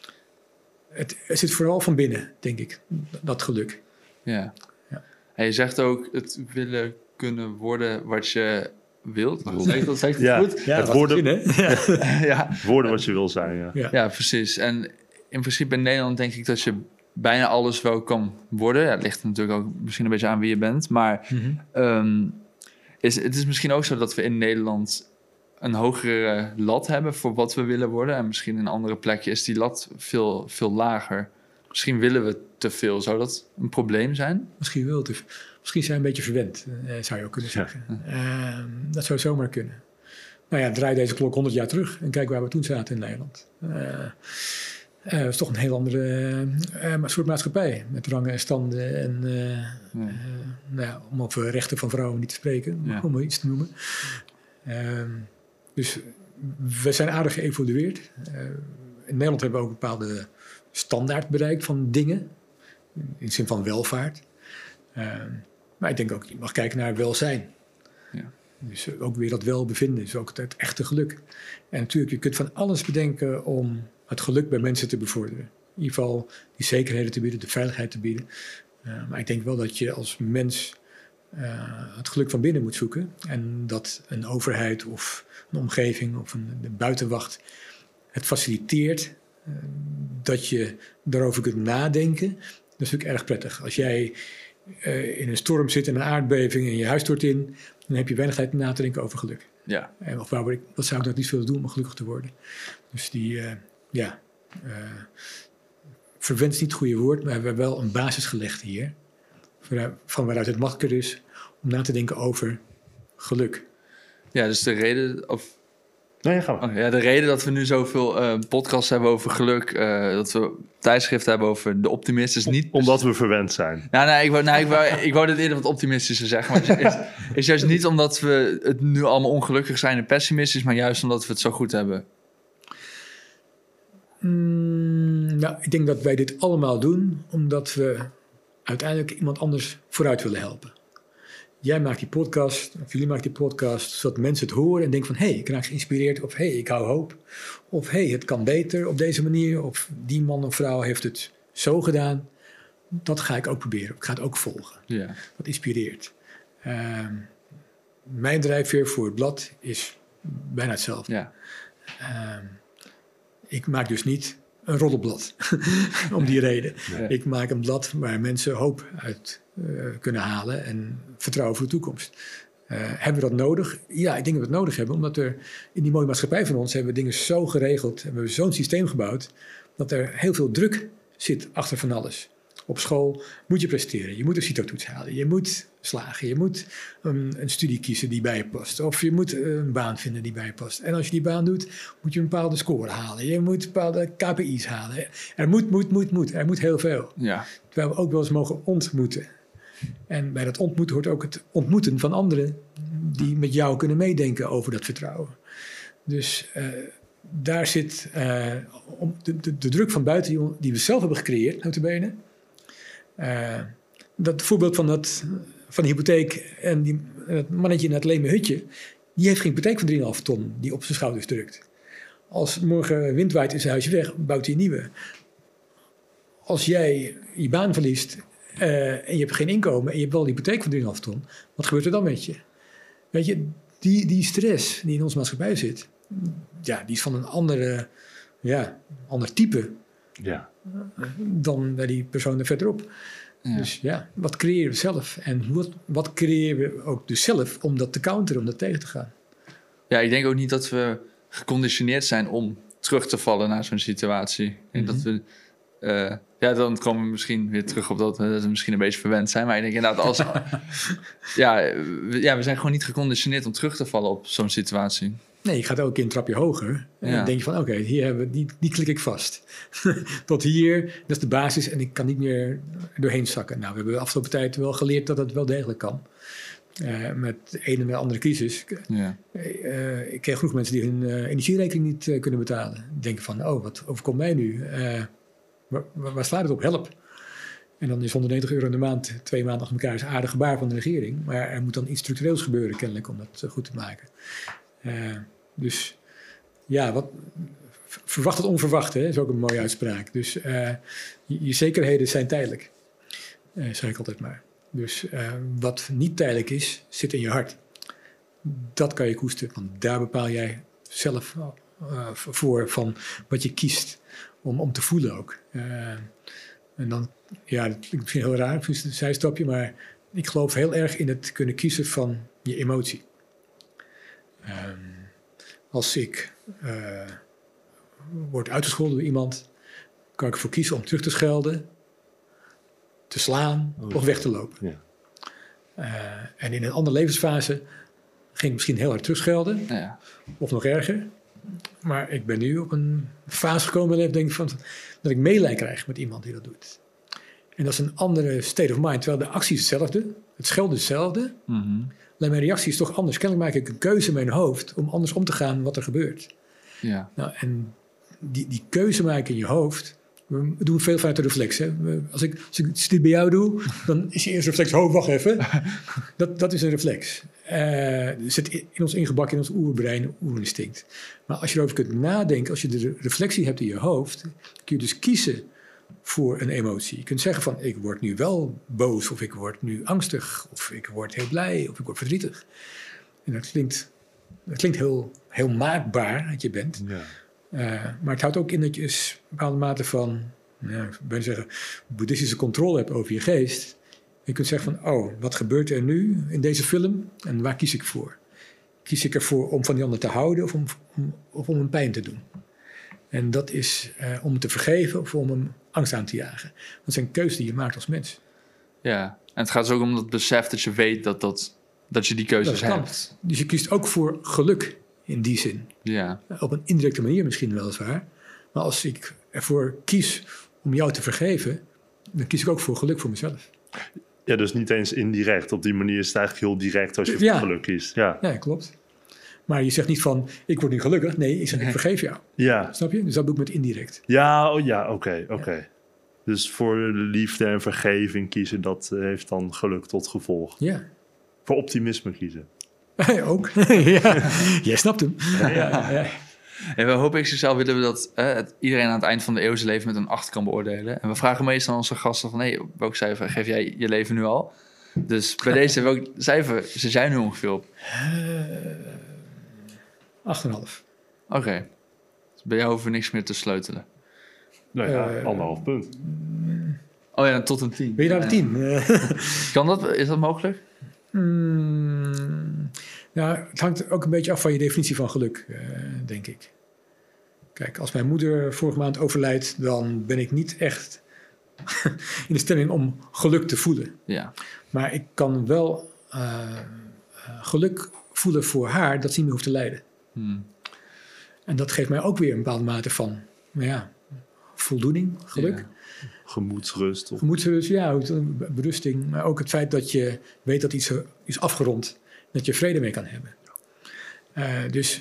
het, het zit vooral van binnen, denk ik, dat geluk. Ja. Ja. En je zegt ook het willen kunnen worden wat je wilt. Zeg dat zeg ja. goed? Ja, het worden, zin, ja. ja. worden wat je wil zijn. Ja. Ja. Ja, precies. En in principe in Nederland denk ik dat je... bijna alles wel kan worden. Ja, het ligt natuurlijk ook misschien een beetje aan wie je bent. Maar mm-hmm. um, is, het is misschien ook zo dat we in Nederland... een hogere lat hebben voor wat we willen worden. En misschien in andere plekken is die lat veel, veel lager. Misschien willen we te veel. Zou dat een probleem zijn? Misschien wel te Misschien zijn we een beetje verwend, uh, zou je ook kunnen zeggen. Ja. Uh, dat zou zomaar kunnen. Nou ja, draai deze klok honderd jaar terug... en kijk waar we toen zaten in Nederland. Uh, Uh, het is toch een heel andere uh, uh, soort maatschappij. Met rangen en standen. En, uh, ja. uh, nou ja, om over rechten van vrouwen niet te spreken. Ja. Om maar iets te noemen. Uh, dus we zijn aardig geëvolueerd. Uh, in Nederland hebben we ook een bepaalde standaard bereikt van dingen. In de zin van welvaart. Uh, maar ik denk ook, je mag kijken naar welzijn. Ja. Dus ook weer dat welbevinden. Dus ook het echte geluk. En natuurlijk, je kunt van alles bedenken om... het geluk bij mensen te bevorderen. In ieder geval die zekerheden te bieden, de veiligheid te bieden. Uh, maar ik denk wel dat je als mens uh, het geluk van binnen moet zoeken. En dat een overheid of een omgeving of een, een buitenwacht het faciliteert. Uh, dat je daarover kunt nadenken. Dat is natuurlijk erg prettig. Als jij uh, in een storm zit en een aardbeving en je huis stort in... dan heb je weinig tijd na te denken over geluk. Ja. Uh, of waar ik, wat zou ik nou niet veel doen om gelukkig te worden? Dus die... Uh, Ja, uh, verwend is niet het goede woord, maar we hebben wel een basis gelegd hier. Van waaruit het makkelijker is om na te denken over geluk. Ja, dus de reden... Of... Nee, ja, gaan we. Oh, ja, de reden dat we nu zoveel uh, podcasts hebben over geluk... Uh, dat we tijdschriften hebben over de optimist is niet... Omdat we verwend zijn. Nou, nee, ik wou, nou, ik wou, ik wou dit eerder wat optimistischer zeggen. Maar het is, is juist niet omdat we het nu allemaal ongelukkig zijn en pessimistisch... maar juist omdat we het zo goed hebben. Mm, nou, ik denk dat wij dit allemaal doen omdat we uiteindelijk iemand anders vooruit willen helpen. jij maakt die podcast, of jullie maken die podcast, zodat mensen het horen en denken van, hé, hey, ik raak geïnspireerd, of hé, hey, ik hou hoop, of hé, hey, het kan beter op deze manier, of die man of vrouw heeft het zo gedaan. Dat ga ik ook proberen. Ik ga het ook volgen. Ja. Dat inspireert. Uh, mijn drijfveer voor het blad is bijna hetzelfde. Ja. Uh, ik maak dus niet een roddelblad om die reden. Nee. Ik maak een blad waar mensen hoop uit uh, kunnen halen en vertrouwen voor de toekomst. Uh, hebben we dat nodig? Ja, ik denk dat we het nodig hebben, omdat er in die mooie maatschappij van ons hebben we dingen zo geregeld en we hebben zo'n systeem gebouwd dat er heel veel druk zit achter van alles. Op school moet je presteren. Je moet een CITO-toets halen. Je moet slagen. Je moet um, een studie kiezen die bij je past. Of je moet een baan vinden die bij je past. En als je die baan doet, moet je een bepaalde score halen. Je moet bepaalde K P I's halen. Er moet, moet, moet, moet. Er moet heel veel. Ja. Terwijl we ook wel eens mogen ontmoeten. En bij dat ontmoeten hoort ook het ontmoeten van anderen die met jou kunnen meedenken over dat vertrouwen. Dus uh, daar zit uh, de, de, de druk van buiten die we zelf hebben gecreëerd, nota bene. Uh, dat voorbeeld van, dat, van de hypotheek en die, dat mannetje in dat leme hutje, die heeft geen hypotheek van drie komma vijf ton die op zijn schouders drukt. Als morgen wind waait in zijn huisje weg, bouwt hij een nieuwe. Als jij je baan verliest uh, en je hebt geen inkomen en je hebt wel een hypotheek van drie komma vijf ton, wat gebeurt er dan met je? Weet je, die, die stress die in onze maatschappij zit, ja, die is van een andere, ja, ander type. Ja. Dan bij die persoon er verderop. Ja. Dus ja, wat creëren we zelf? En wat, wat creëren we ook dus zelf om dat te counteren, om dat tegen te gaan? Ja, ik denk ook niet dat we geconditioneerd zijn om terug te vallen naar zo'n situatie. Ik denk Mm-hmm. dat we... Uh, ja, dan komen we misschien weer terug op dat we, dat we misschien een beetje verwend zijn. Maar ik denk inderdaad, als... ja, we, ja, we zijn gewoon niet geconditioneerd om terug te vallen op zo'n situatie. Nee, je gaat elke keer een trapje hoger. En Ja. dan denk je van, oké, okay, hier hebben we, die, die klik ik vast. Tot hier, dat is de basis en ik kan niet meer doorheen zakken. Nou, we hebben de afgelopen tijd wel geleerd dat dat wel degelijk kan. Uh, met de ene en de andere crisis. Ja. Uh, ik ken genoeg mensen die hun uh, energierekening niet uh, kunnen betalen. Die denken van, oh, wat overkomt mij nu? Uh, waar, waar slaat het op? Help. En dan is honderdnegentig euro in de maand, twee maanden achter elkaar, is een aardig gebaar van de regering. Maar er moet dan iets structureels gebeuren, kennelijk, om dat uh, goed te maken. Uh, dus ja, wat, verwacht het onverwachte, hè, is ook een mooie uitspraak. Dus uh, je, je zekerheden zijn tijdelijk, uh, zeg ik altijd maar. Dus uh, wat niet tijdelijk is, zit in je hart. Dat kan je koesteren, want daar bepaal jij zelf uh, voor van wat je kiest om, om te voelen ook. Uh, en dan, ja, dat klinkt misschien heel raar, misschien een zijstapje, maar ik geloof heel erg in het kunnen kiezen van je emotie. Um, als ik uh, word uitgescholden door iemand, kan ik ervoor kiezen om terug te schelden, te slaan oh, of weg te lopen. Ja. Uh, en in een andere levensfase ging ik misschien heel hard terugschelden, Ja. of nog erger. Maar ik ben nu op een fase gekomen in mijn leven, denk ik, van, dat ik meelij krijg met iemand die dat doet. En dat is een andere state of mind, terwijl de actie is hetzelfde, het schelden is hetzelfde. Mm-hmm. Alleen mijn reactie is toch anders. Kennelijk maak ik een keuze in mijn hoofd om anders om te gaan wat er gebeurt. Ja. Nou, en die, die keuze maken in je hoofd, we doen veel vanuit de reflex. Hè? We, als, ik, als ik dit bij jou doe, dan is je eerste reflex, oh, wacht even. Dat, dat is een reflex. Uh, zit in ons ingebakken in ons oerbrein, oerinstinct. Maar als je erover kunt nadenken, als je de reflectie hebt in je hoofd, kun je dus kiezen voor een emotie. Je kunt zeggen van, ik word nu wel boos, of ik word nu angstig, of ik word heel blij, of ik word verdrietig. En dat klinkt, dat klinkt heel, heel maakbaar dat je bent. Ja. Uh, maar het houdt ook in dat je dus een bepaalde mate van, ja, ik ben zeggen, boeddhistische controle hebt over je geest. Je kunt zeggen van, oh, wat gebeurt er nu in deze film en waar kies ik voor? Kies ik ervoor om van die ander te houden of om, om, of om hem pijn te doen? En dat is uh, om hem te vergeven of om hem angst aan te jagen. Dat zijn keuzes die je maakt als mens. Ja, en het gaat dus ook om dat besef dat je weet dat, dat, dat je die keuzes dat hebt. Dus je kiest ook voor geluk in die zin. Ja. Op een indirecte manier misschien weliswaar. Maar als ik ervoor kies om jou te vergeven, dan kies ik ook voor geluk voor mezelf. Ja, dus niet eens indirect. Op die manier is het eigenlijk heel direct als je Ja. voor geluk kiest. Ja. Ja, klopt. Maar je zegt niet van, ik word nu gelukkig. Nee, ik zeg, ik vergeef jou. Ja, Snap je? Dus dat doe ik met indirect. ja, oh, ja oké, oké. Okay. Dus voor liefde en vergeving kiezen, dat heeft dan geluk tot gevolg. Ja. Voor optimisme kiezen. Ook. Ja, jij snapt hem. Ja, ja. Ja. En we hopen ik zelf willen we dat eh, het, iedereen aan het eind van de eeuw zijn leven met een acht kan beoordelen. En we vragen meestal aan onze gasten van, hey, welk cijfer geef jij je leven nu al? Dus bij deze, welk cijfer zit jij nu ongeveer op? acht komma vijf. Oké. Dus bij jou hoeven we niks meer te sleutelen. Nou ja, Eh, anderhalf punt. Oh ja, tot een tien. Ben je naar de tien? Kan dat? Is dat mogelijk? Hmm, nou, het hangt ook een beetje af van je definitie van geluk, uh, denk ik. Kijk, als mijn moeder vorige maand overlijdt, dan ben ik niet echt in de stemming om geluk te voelen. Ja. Maar ik kan wel uh, uh, geluk voelen voor haar dat ze niet meer hoeft te lijden. Hmm. En dat geeft mij ook weer een bepaalde mate van, nou ja, voldoening, geluk. Ja. Gemoedsrust. Of... Gemoedsrust, ja, berusting. Maar ook het feit dat je weet dat iets is afgerond. Dat je vrede mee kan hebben. Uh, dus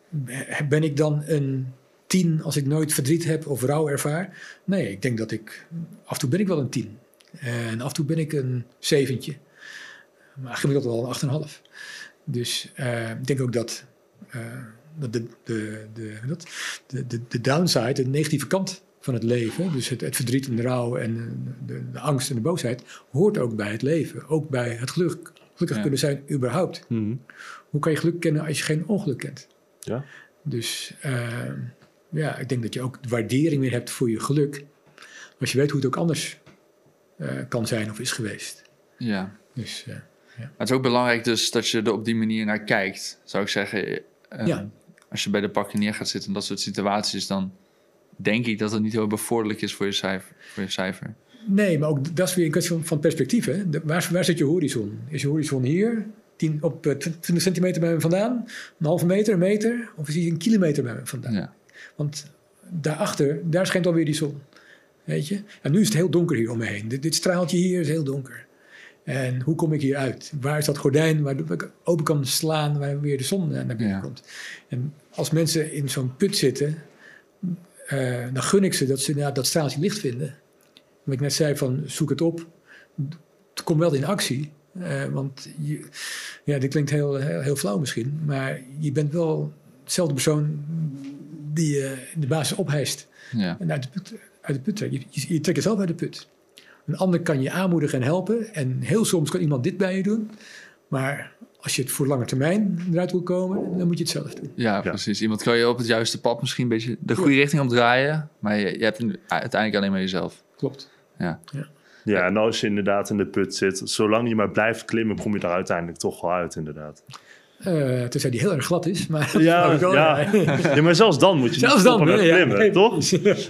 ben ik dan een tien als ik nooit verdriet heb of rouw ervaar? Nee, ik denk dat ik... Af en toe ben ik wel een tien. En af en toe ben ik een zeventje. Maar gemiddeld wel een acht komma vijf. Dus uh, ik denk ook dat... Uh, dat de, de, de, dat, de, de, de downside, de negatieve kant van het leven, dus het, het verdriet en de rouw en de, de angst en de boosheid, hoort ook bij het leven. Ook bij het geluk, gelukkig ja. kunnen zijn überhaupt. Mm-hmm. Hoe kan je geluk kennen als je geen ongeluk kent? Ja. Dus uh, ja, ik denk dat je ook waardering meer hebt voor je geluk, als je weet hoe het ook anders uh, kan zijn of is geweest. Ja. Dus, uh, ja. Maar het is ook belangrijk dus dat je er op die manier naar kijkt, zou ik zeggen. Uh, ja. Als je bij de pakken neer gaat zitten en dat soort situaties, dan denk ik dat het niet heel bevorderlijk is voor je cijfer. Voor je cijfer. Nee, maar ook dat is weer een kwestie van, van perspectief. Hè? De, waar, waar zit je horizon? Is je horizon hier, tien, op uh, twintig centimeter bij me vandaan, een halve meter, een meter, of is hij een kilometer bij me vandaan? Ja. Want daarachter, daar schijnt alweer die zon. Weet je? En nu is het heel donker hier om me heen. Dit, dit straaltje hier is heel donker. En hoe kom ik hier uit? Waar is dat gordijn waar ik open kan slaan, waar weer de zon naar binnen ja. komt? En als mensen in zo'n put zitten, uh, dan gun ik ze dat ze nou, dat straaltje licht vinden. Wat ik net zei van zoek het op, kom wel in actie. Uh, want je, ja, dit klinkt heel, heel, heel flauw misschien, maar je bent wel dezelfde persoon die je uh, de basis ophijst. Ja. En uit de put, uit de put trekt. Je, je, je trekt jezelf uit de put. Een ander kan je aanmoedigen en helpen. En heel soms kan iemand dit bij je doen. Maar als je het voor lange termijn eruit wil komen, dan moet je het zelf doen. Ja, precies. Iemand kan je op het juiste pad misschien een beetje de goede ja. richting omdraaien. Maar je, je hebt uiteindelijk alleen maar jezelf. Klopt. Ja. Ja. Ja, en als je inderdaad in de put zit, zolang je maar blijft klimmen, kom je er uiteindelijk toch wel uit, inderdaad. Uh, tenzij die heel erg glad is. Maar ja, wel, ja. ja, maar zelfs dan moet je zelfs dan, met ja, klimmen, ja, toch?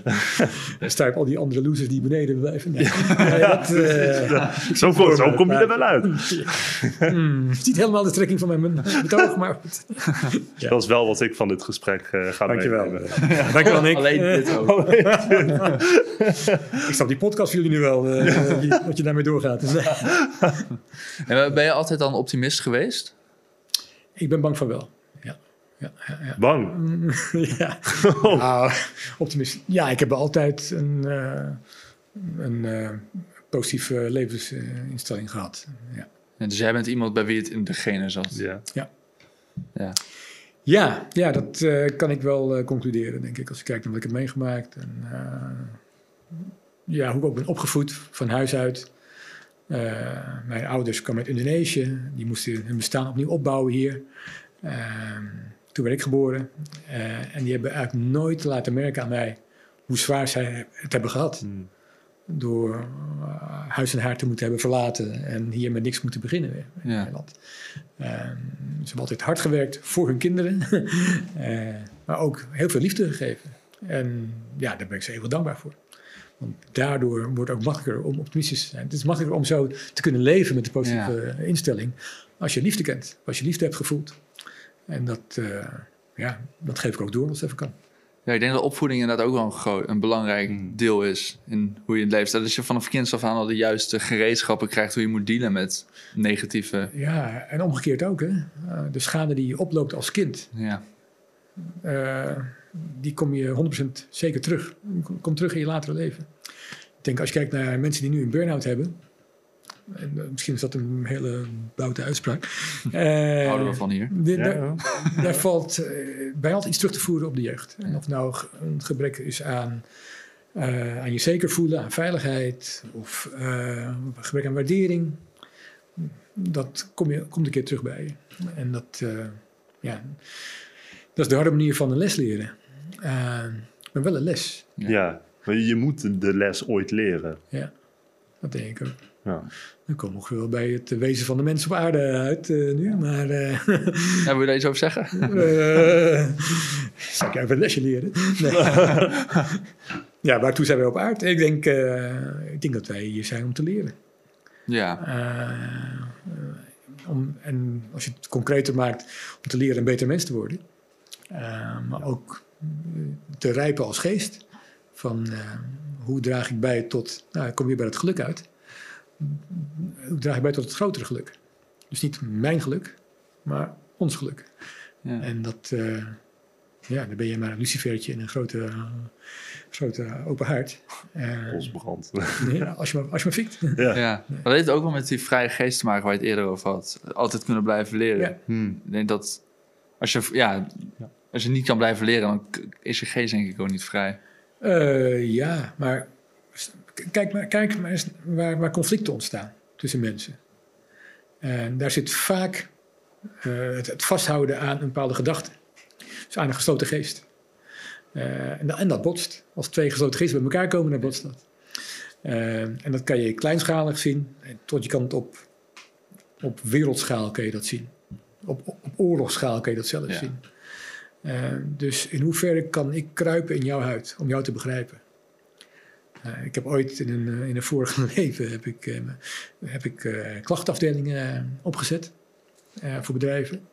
Dan sta ik al die andere losers die beneden blijven. Nee. Ja, ja, dat, uh, ja. Zo, kom, zo kom je er wel uit. hmm, het is niet helemaal de strekking van mijn betoog, maar goed. Ja. Dat is wel wat ik van dit gesprek uh, ga Dankjewel. meenemen. Ja, dankjewel, Nick. Alleen dit ook. Ik snap die podcast voor jullie nu wel, uh, wat je daarmee doorgaat. En ben je altijd al een optimist geweest? Ik ben bang van wel. Ja. Ja, ja, ja. Bang? ja. Oh. Nou, optimist. Ja, ik heb altijd een, uh, een uh, positieve levensinstelling gehad. Ja. Ja, dus jij bent iemand bij wie het in de genen zat? Ja. Ja, ja. ja, ja dat uh, kan ik wel uh, concluderen, denk ik. Als ik kijk naar wat ik heb meegemaakt. En, uh, ja, hoe ik ook ben opgevoed, van huis uit. Uh, mijn ouders kwamen uit Indonesië. Die moesten hun bestaan opnieuw opbouwen hier. Uh, toen werd ik geboren. Uh, en die hebben eigenlijk nooit laten merken aan mij hoe zwaar zij het hebben gehad. Mm. Door uh, huis en haar te moeten hebben verlaten. En hier met niks moeten beginnen weer in ja. Nederland. Uh, ze hebben altijd hard gewerkt voor hun kinderen. uh, maar ook heel veel liefde gegeven. En ja, daar ben ik ze heel dankbaar voor. Want daardoor wordt het ook makkelijker om optimistisch te zijn. Het is makkelijker om zo te kunnen leven met een positieve ja. instelling. Als je liefde kent, als je liefde hebt gevoeld. En dat, uh, ja, dat geef ik ook door als het even kan. Ja, ik denk dat opvoeding inderdaad ook wel een, gro- een belangrijk mm. deel is in hoe je het leeft. Dat als je vanaf kinds af aan al de juiste gereedschappen krijgt hoe je moet dealen met negatieve... Ja, en omgekeerd ook. Hè? Uh, de schade die je oploopt als kind. Ja. Uh, die kom je honderd procent zeker terug. Komt terug in je latere leven. Ik denk als je kijkt naar mensen die nu een burn-out hebben. En, uh, misschien is dat een hele boute uitspraak. Uh, Houden we van hier. De, Ja, daar, ja. daar valt uh, bij altijd iets terug te voeren op de jeugd. En of nou een gebrek is aan, uh, aan je zeker voelen, aan veiligheid... of uh, een gebrek aan waardering... dat kom je, komt een keer terug bij je. En dat, uh, ja, dat is de harde manier van een les leren. Uh, maar wel een les. Ja. Ja, maar je moet de les ooit leren. Ja, dat denk ik ook. Ja. Dan komen we wel bij het wezen van de mensen op aarde uit uh, nu. Maar uh, Ja, wil je daar iets over zeggen? uh, zal ik even een lesje leren? Nee. Ja, waartoe zijn wij op aarde? Ik denk, uh, ik denk dat wij hier zijn om te leren. Ja. Uh, uh, om, en als je het concreter maakt, om te leren een beter mens te worden. Uh, maar ook uh, te rijpen als geest. Van uh, hoe draag ik bij tot, nou ik kom weer bij het geluk uit. Hoe draag ik bij tot het grotere geluk? Dus niet mijn geluk, maar ons geluk. Ja. En dat, uh, ja, dan ben je maar een lucifertje in een grote, uh, grote open haard. Uh, Bosbrand. nee, als je maar, als je maar fikt. Ja. Ja. Maar dat heeft ook wel met die vrije geest te maken waar je het eerder over had. Altijd kunnen blijven leren. Ja. Hmm. Ik denk dat als je, ja, als je niet kan blijven leren, dan k- is je geest denk ik ook niet vrij. Uh, ja, maar k- kijk maar, kijk maar eens waar, waar conflicten ontstaan tussen mensen. En daar zit vaak uh, het, het vasthouden aan een bepaalde gedachte. Dus aan een gesloten geest. Uh, en, en dat botst. Als twee gesloten geesten bij elkaar komen, dan botst dat. Uh, en dat kan je kleinschalig zien. Tot je kan het op, op wereldschaal kan je dat zien. Op, op, op oorlogsschaal kan je dat zelf Ja. zien. Uh, dus in hoeverre kan ik kruipen in jouw huid om jou te begrijpen? Uh, ik heb ooit in een, uh, in een vorige leven heb ik, uh, heb ik uh, klachtenafdelingen uh, opgezet uh, voor bedrijven.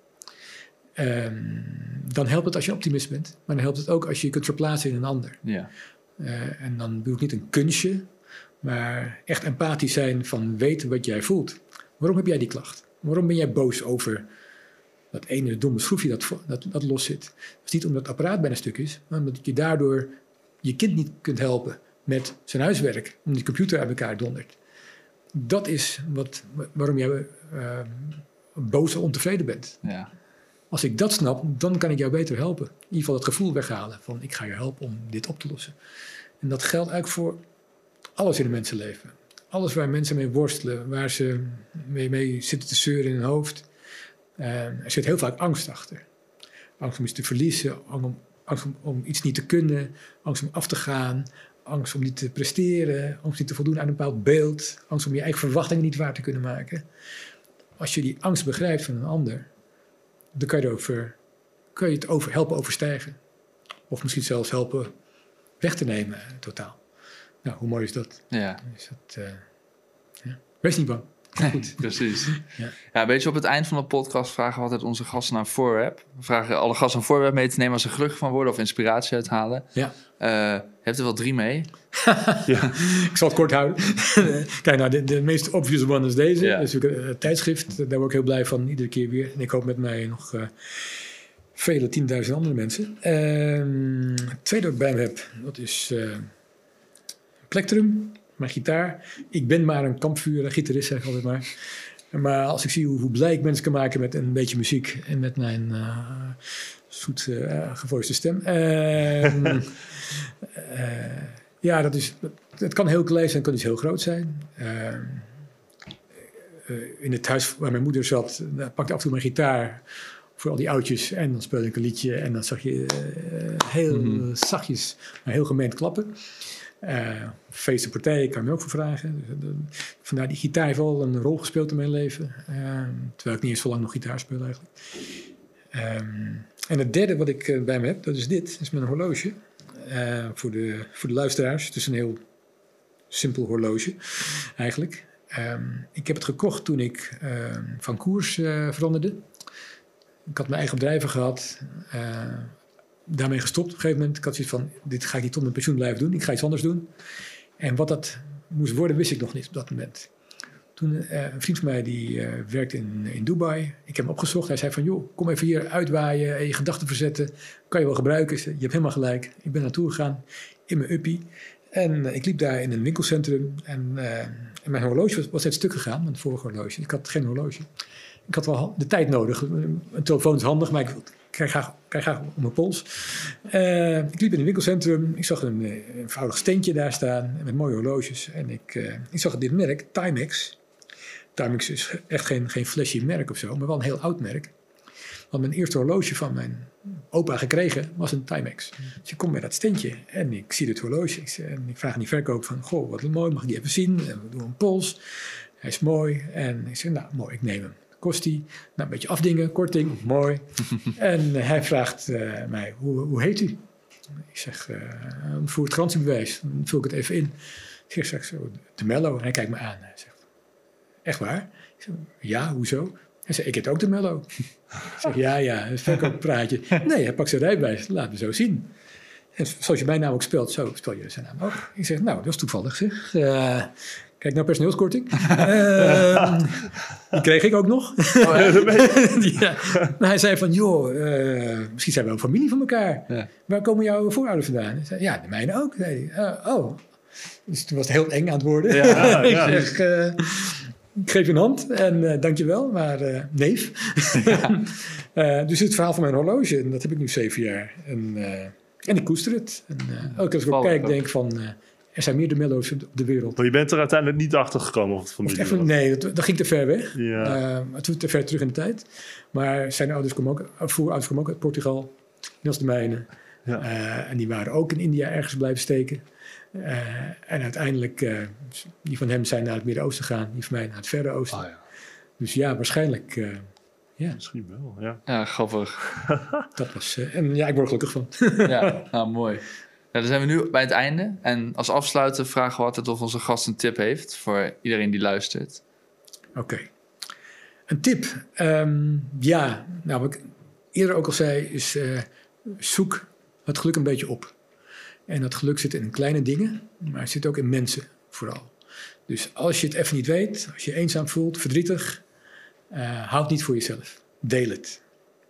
Um, dan helpt het als je optimist bent, maar dan helpt het ook als je je kunt verplaatsen in een ander. Ja. Uh, en dan bedoel ik niet een kunstje, maar echt empathisch zijn van weten wat jij voelt. Waarom heb jij die klacht? Waarom ben jij boos over dat ene domme schroefje dat, dat, dat los zit? Dat is niet omdat het apparaat bijna stuk is, maar omdat je daardoor je kind niet kunt helpen met zijn huiswerk, omdat die computer uit elkaar dondert. Dat is wat, waarom jij uh, boos en ontevreden bent. Ja. Als ik dat snap, dan kan ik jou beter helpen. In ieder geval het gevoel weghalen van ik ga je helpen om dit op te lossen. En dat geldt eigenlijk voor alles in een mensenleven. Alles waar mensen mee worstelen, waar ze mee, mee zitten te zeuren in hun hoofd. Uh, er zit heel vaak angst achter. Angst om iets te verliezen, angst om, angst om, om iets niet te kunnen, angst om af te gaan, angst om niet te presteren, angst niet te voldoen aan een bepaald beeld, angst om je eigen verwachtingen niet waar te kunnen maken. Als je die angst begrijpt van een ander, dan kan je, erover, kan je het over, helpen overstijgen. Of misschien zelfs helpen weg te nemen, uh, totaal. Nou, hoe mooi is dat? Ja. Is dat uh, ja. Wees niet bang. Goed. Precies. Ja. Ja, weet je, op het eind van de podcast vragen we altijd onze gasten naar een voorwerp. We vragen alle gasten een voorwerp mee te nemen als ze gelukkig van worden of inspiratie uithalen. Ja. Uh, je hebt er wel drie mee. Ja. Ik zal het kort houden. Kijk, nou, de, de meest obvious one is deze. Ja. Dat is natuurlijk een tijdschrift. Daar word ik heel blij van, iedere keer weer. En ik hoop met mij nog uh, vele tienduizend andere mensen. Uh, het tweede wat ik bij me heb, dat is uh, Plectrum. Mijn gitaar. Ik ben maar een kampvuur, een gitarist zeg ik altijd maar. Maar als ik zie hoe, hoe blij ik mensen kan maken met een beetje muziek en met mijn uh, zoet uh, gevoiste stem. Uh, uh, ja, dat is, het kan heel klein zijn, het kan iets heel groot zijn. Uh, uh, in het huis waar mijn moeder zat, daar pakte af en toe mijn gitaar voor al die oudjes en dan speelde ik een liedje en dan zag je uh, heel mm-hmm. zachtjes, maar heel gemeend klappen. Uh, feesten, partijen, kan je me ook voor vragen. Dus, uh, vandaar die gitaar heeft wel een rol gespeeld in mijn leven. Uh, terwijl ik niet eens zo lang nog gitaar speel eigenlijk. Um, en het derde wat ik uh, bij me heb, dat is dit. Dat is mijn horloge. Uh, voor, de, voor de luisteraars. Het is een heel simpel horloge eigenlijk. Um, ik heb het gekocht toen ik uh, van koers uh, veranderde. Ik had mijn eigen bedrijven gehad. Uh, daarmee gestopt op een gegeven moment. Ik had zoiets van, dit ga ik niet tot mijn pensioen blijven doen. Ik ga iets anders doen. En wat dat moest worden, wist ik nog niet op dat moment. Toen uh, een vriend van mij, die uh, werkte in, in Dubai. Ik heb hem opgezocht. Hij zei van, joh, kom even hier uitwaaien en je gedachten verzetten. Kan je wel gebruiken. Je hebt helemaal gelijk. Ik ben naartoe gegaan in mijn uppie. En uh, ik liep daar in een winkelcentrum. En, uh, en mijn horloge was, was net stuk gegaan, mijn vorige horloge. Ik had geen horloge. Ik had wel de tijd nodig. Een telefoon is handig, maar ik krijg graag, krijg graag op mijn pols. Uh, ik liep in een winkelcentrum. Ik zag een, een eenvoudig steentje daar staan met mooie horloges. En ik, uh, ik zag dit merk, Timex. Timex is echt geen, geen flashy merk of zo, maar wel een heel oud merk. Want mijn eerste horloge van mijn opa gekregen was een Timex. Dus ik kom bij dat steentje en ik zie dit horloge. Ik, en ik vraag aan die verkoop van, goh, wat mooi, mag ik die even zien? En we doen een pols. Hij is mooi. En ik zeg, nou, mooi, ik neem hem. Kost die? Nou, een beetje afdingen, korting, mooi. En uh, hij vraagt uh, mij, hoe, hoe heet u? Ik zeg, uh, voor het garantiebewijs. Dan vul ik het even in. Ik zeg straks, de Mello. En hij kijkt me aan. Hij zegt, echt waar? Ik zeg, ja, hoezo? Hij zei, ik heet ook de Mello. Ik zeg, ja, ja, een verkooppraatje. Nee, hij pakt zijn rijbewijs, laat me zo zien. En zoals je mijn naam ook spelt, zo spel je zijn naam ook. Ik zeg, nou, dat is toevallig zeg. Uh, kijk, nou personeelskorting. uh, die kreeg ik ook nog. Oh, ja. Maar hij zei van, joh, uh, misschien zijn we ook familie van elkaar. Ja. Waar komen jouw voorouders vandaan? Hij zei, ja, de mijne ook. Zei hij. Uh, oh, dus toen was het heel eng aan het worden. Ja, ik ja. zeg... Uh, Ik geef je een hand en uh, dank je wel, maar uh, neef. Ja. uh, dus het verhaal van mijn horloge, en dat heb ik nu zeven jaar. En, uh, en ik koester het. En, uh, elke keer als ik ook kijk, denk van, uh, er zijn meer de Mello's op de wereld. Maar je bent er uiteindelijk niet achter gekomen of het familie of was? Nee, dat, dat ging te ver weg. Ja. Uh, het was te ver terug in de tijd. Maar zijn ouders komen ook, voorouders komen ook uit Portugal, net als de mijne. Ja. Uh, en die waren ook in India ergens blijven steken. Uh, en uiteindelijk, uh, die van hem zijn naar het Midden-Oosten gegaan, die van mij naar het Verre Oosten. Oh, ja. Dus ja, waarschijnlijk. Uh, ja. Misschien wel, ja. Ja, grappig. Dat was, uh, en ja, ik word er gelukkig van. Ja, nou mooi. Ja, dan zijn we nu bij het einde. En als afsluiter vragen we altijd of onze gast een tip heeft voor iedereen die luistert. Oké. Okay. Een tip? Um, ja, nou wat ik eerder ook al zei, is uh, zoek het geluk een beetje op. En dat geluk zit in kleine dingen, maar het zit ook in mensen vooral. Dus als je het even niet weet, als je je eenzaam voelt, verdrietig, uh, houd het niet voor jezelf. Deel het.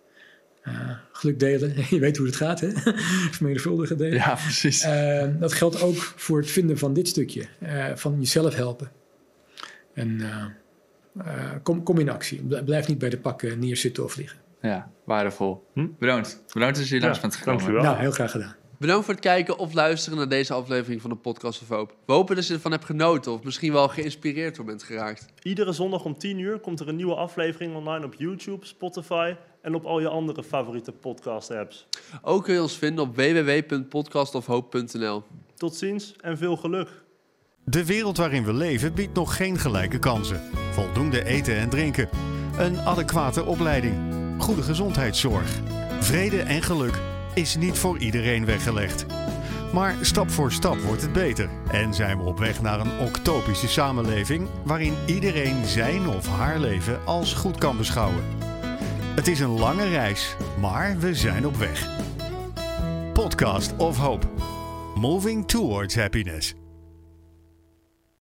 Uh, geluk delen, je weet hoe het gaat, hè? Vermenigvuldigen delen. Ja, precies. Uh, dat geldt ook voor het vinden van dit stukje, uh, van jezelf helpen. En uh, uh, kom, kom in actie. Blijf niet bij de pakken neerzitten of liggen. Ja, waardevol. Hm? Bedankt. Bedankt dat je hier langs ja, bent gekomen. Dankjewel. Nou, heel graag gedaan. Bedankt voor het kijken of luisteren naar deze aflevering van de Podcast of Hope. We hopen dat je ervan hebt genoten of misschien wel geïnspireerd door bent geraakt. Iedere zondag om tien uur komt er een nieuwe aflevering online op YouTube, Spotify en op al je andere favoriete podcast-apps. Ook kun je ons vinden op w w w punt podcast of hope punt n l. Tot ziens en veel geluk. De wereld waarin we leven biedt nog geen gelijke kansen. Voldoende eten en drinken. Een adequate opleiding. Goede gezondheidszorg. Vrede en geluk is niet voor iedereen weggelegd. Maar stap voor stap wordt het beter en zijn we op weg naar een octopische samenleving waarin iedereen zijn of haar leven als goed kan beschouwen. Het is een lange reis, maar we zijn op weg. Podcast of Hope. Moving towards happiness.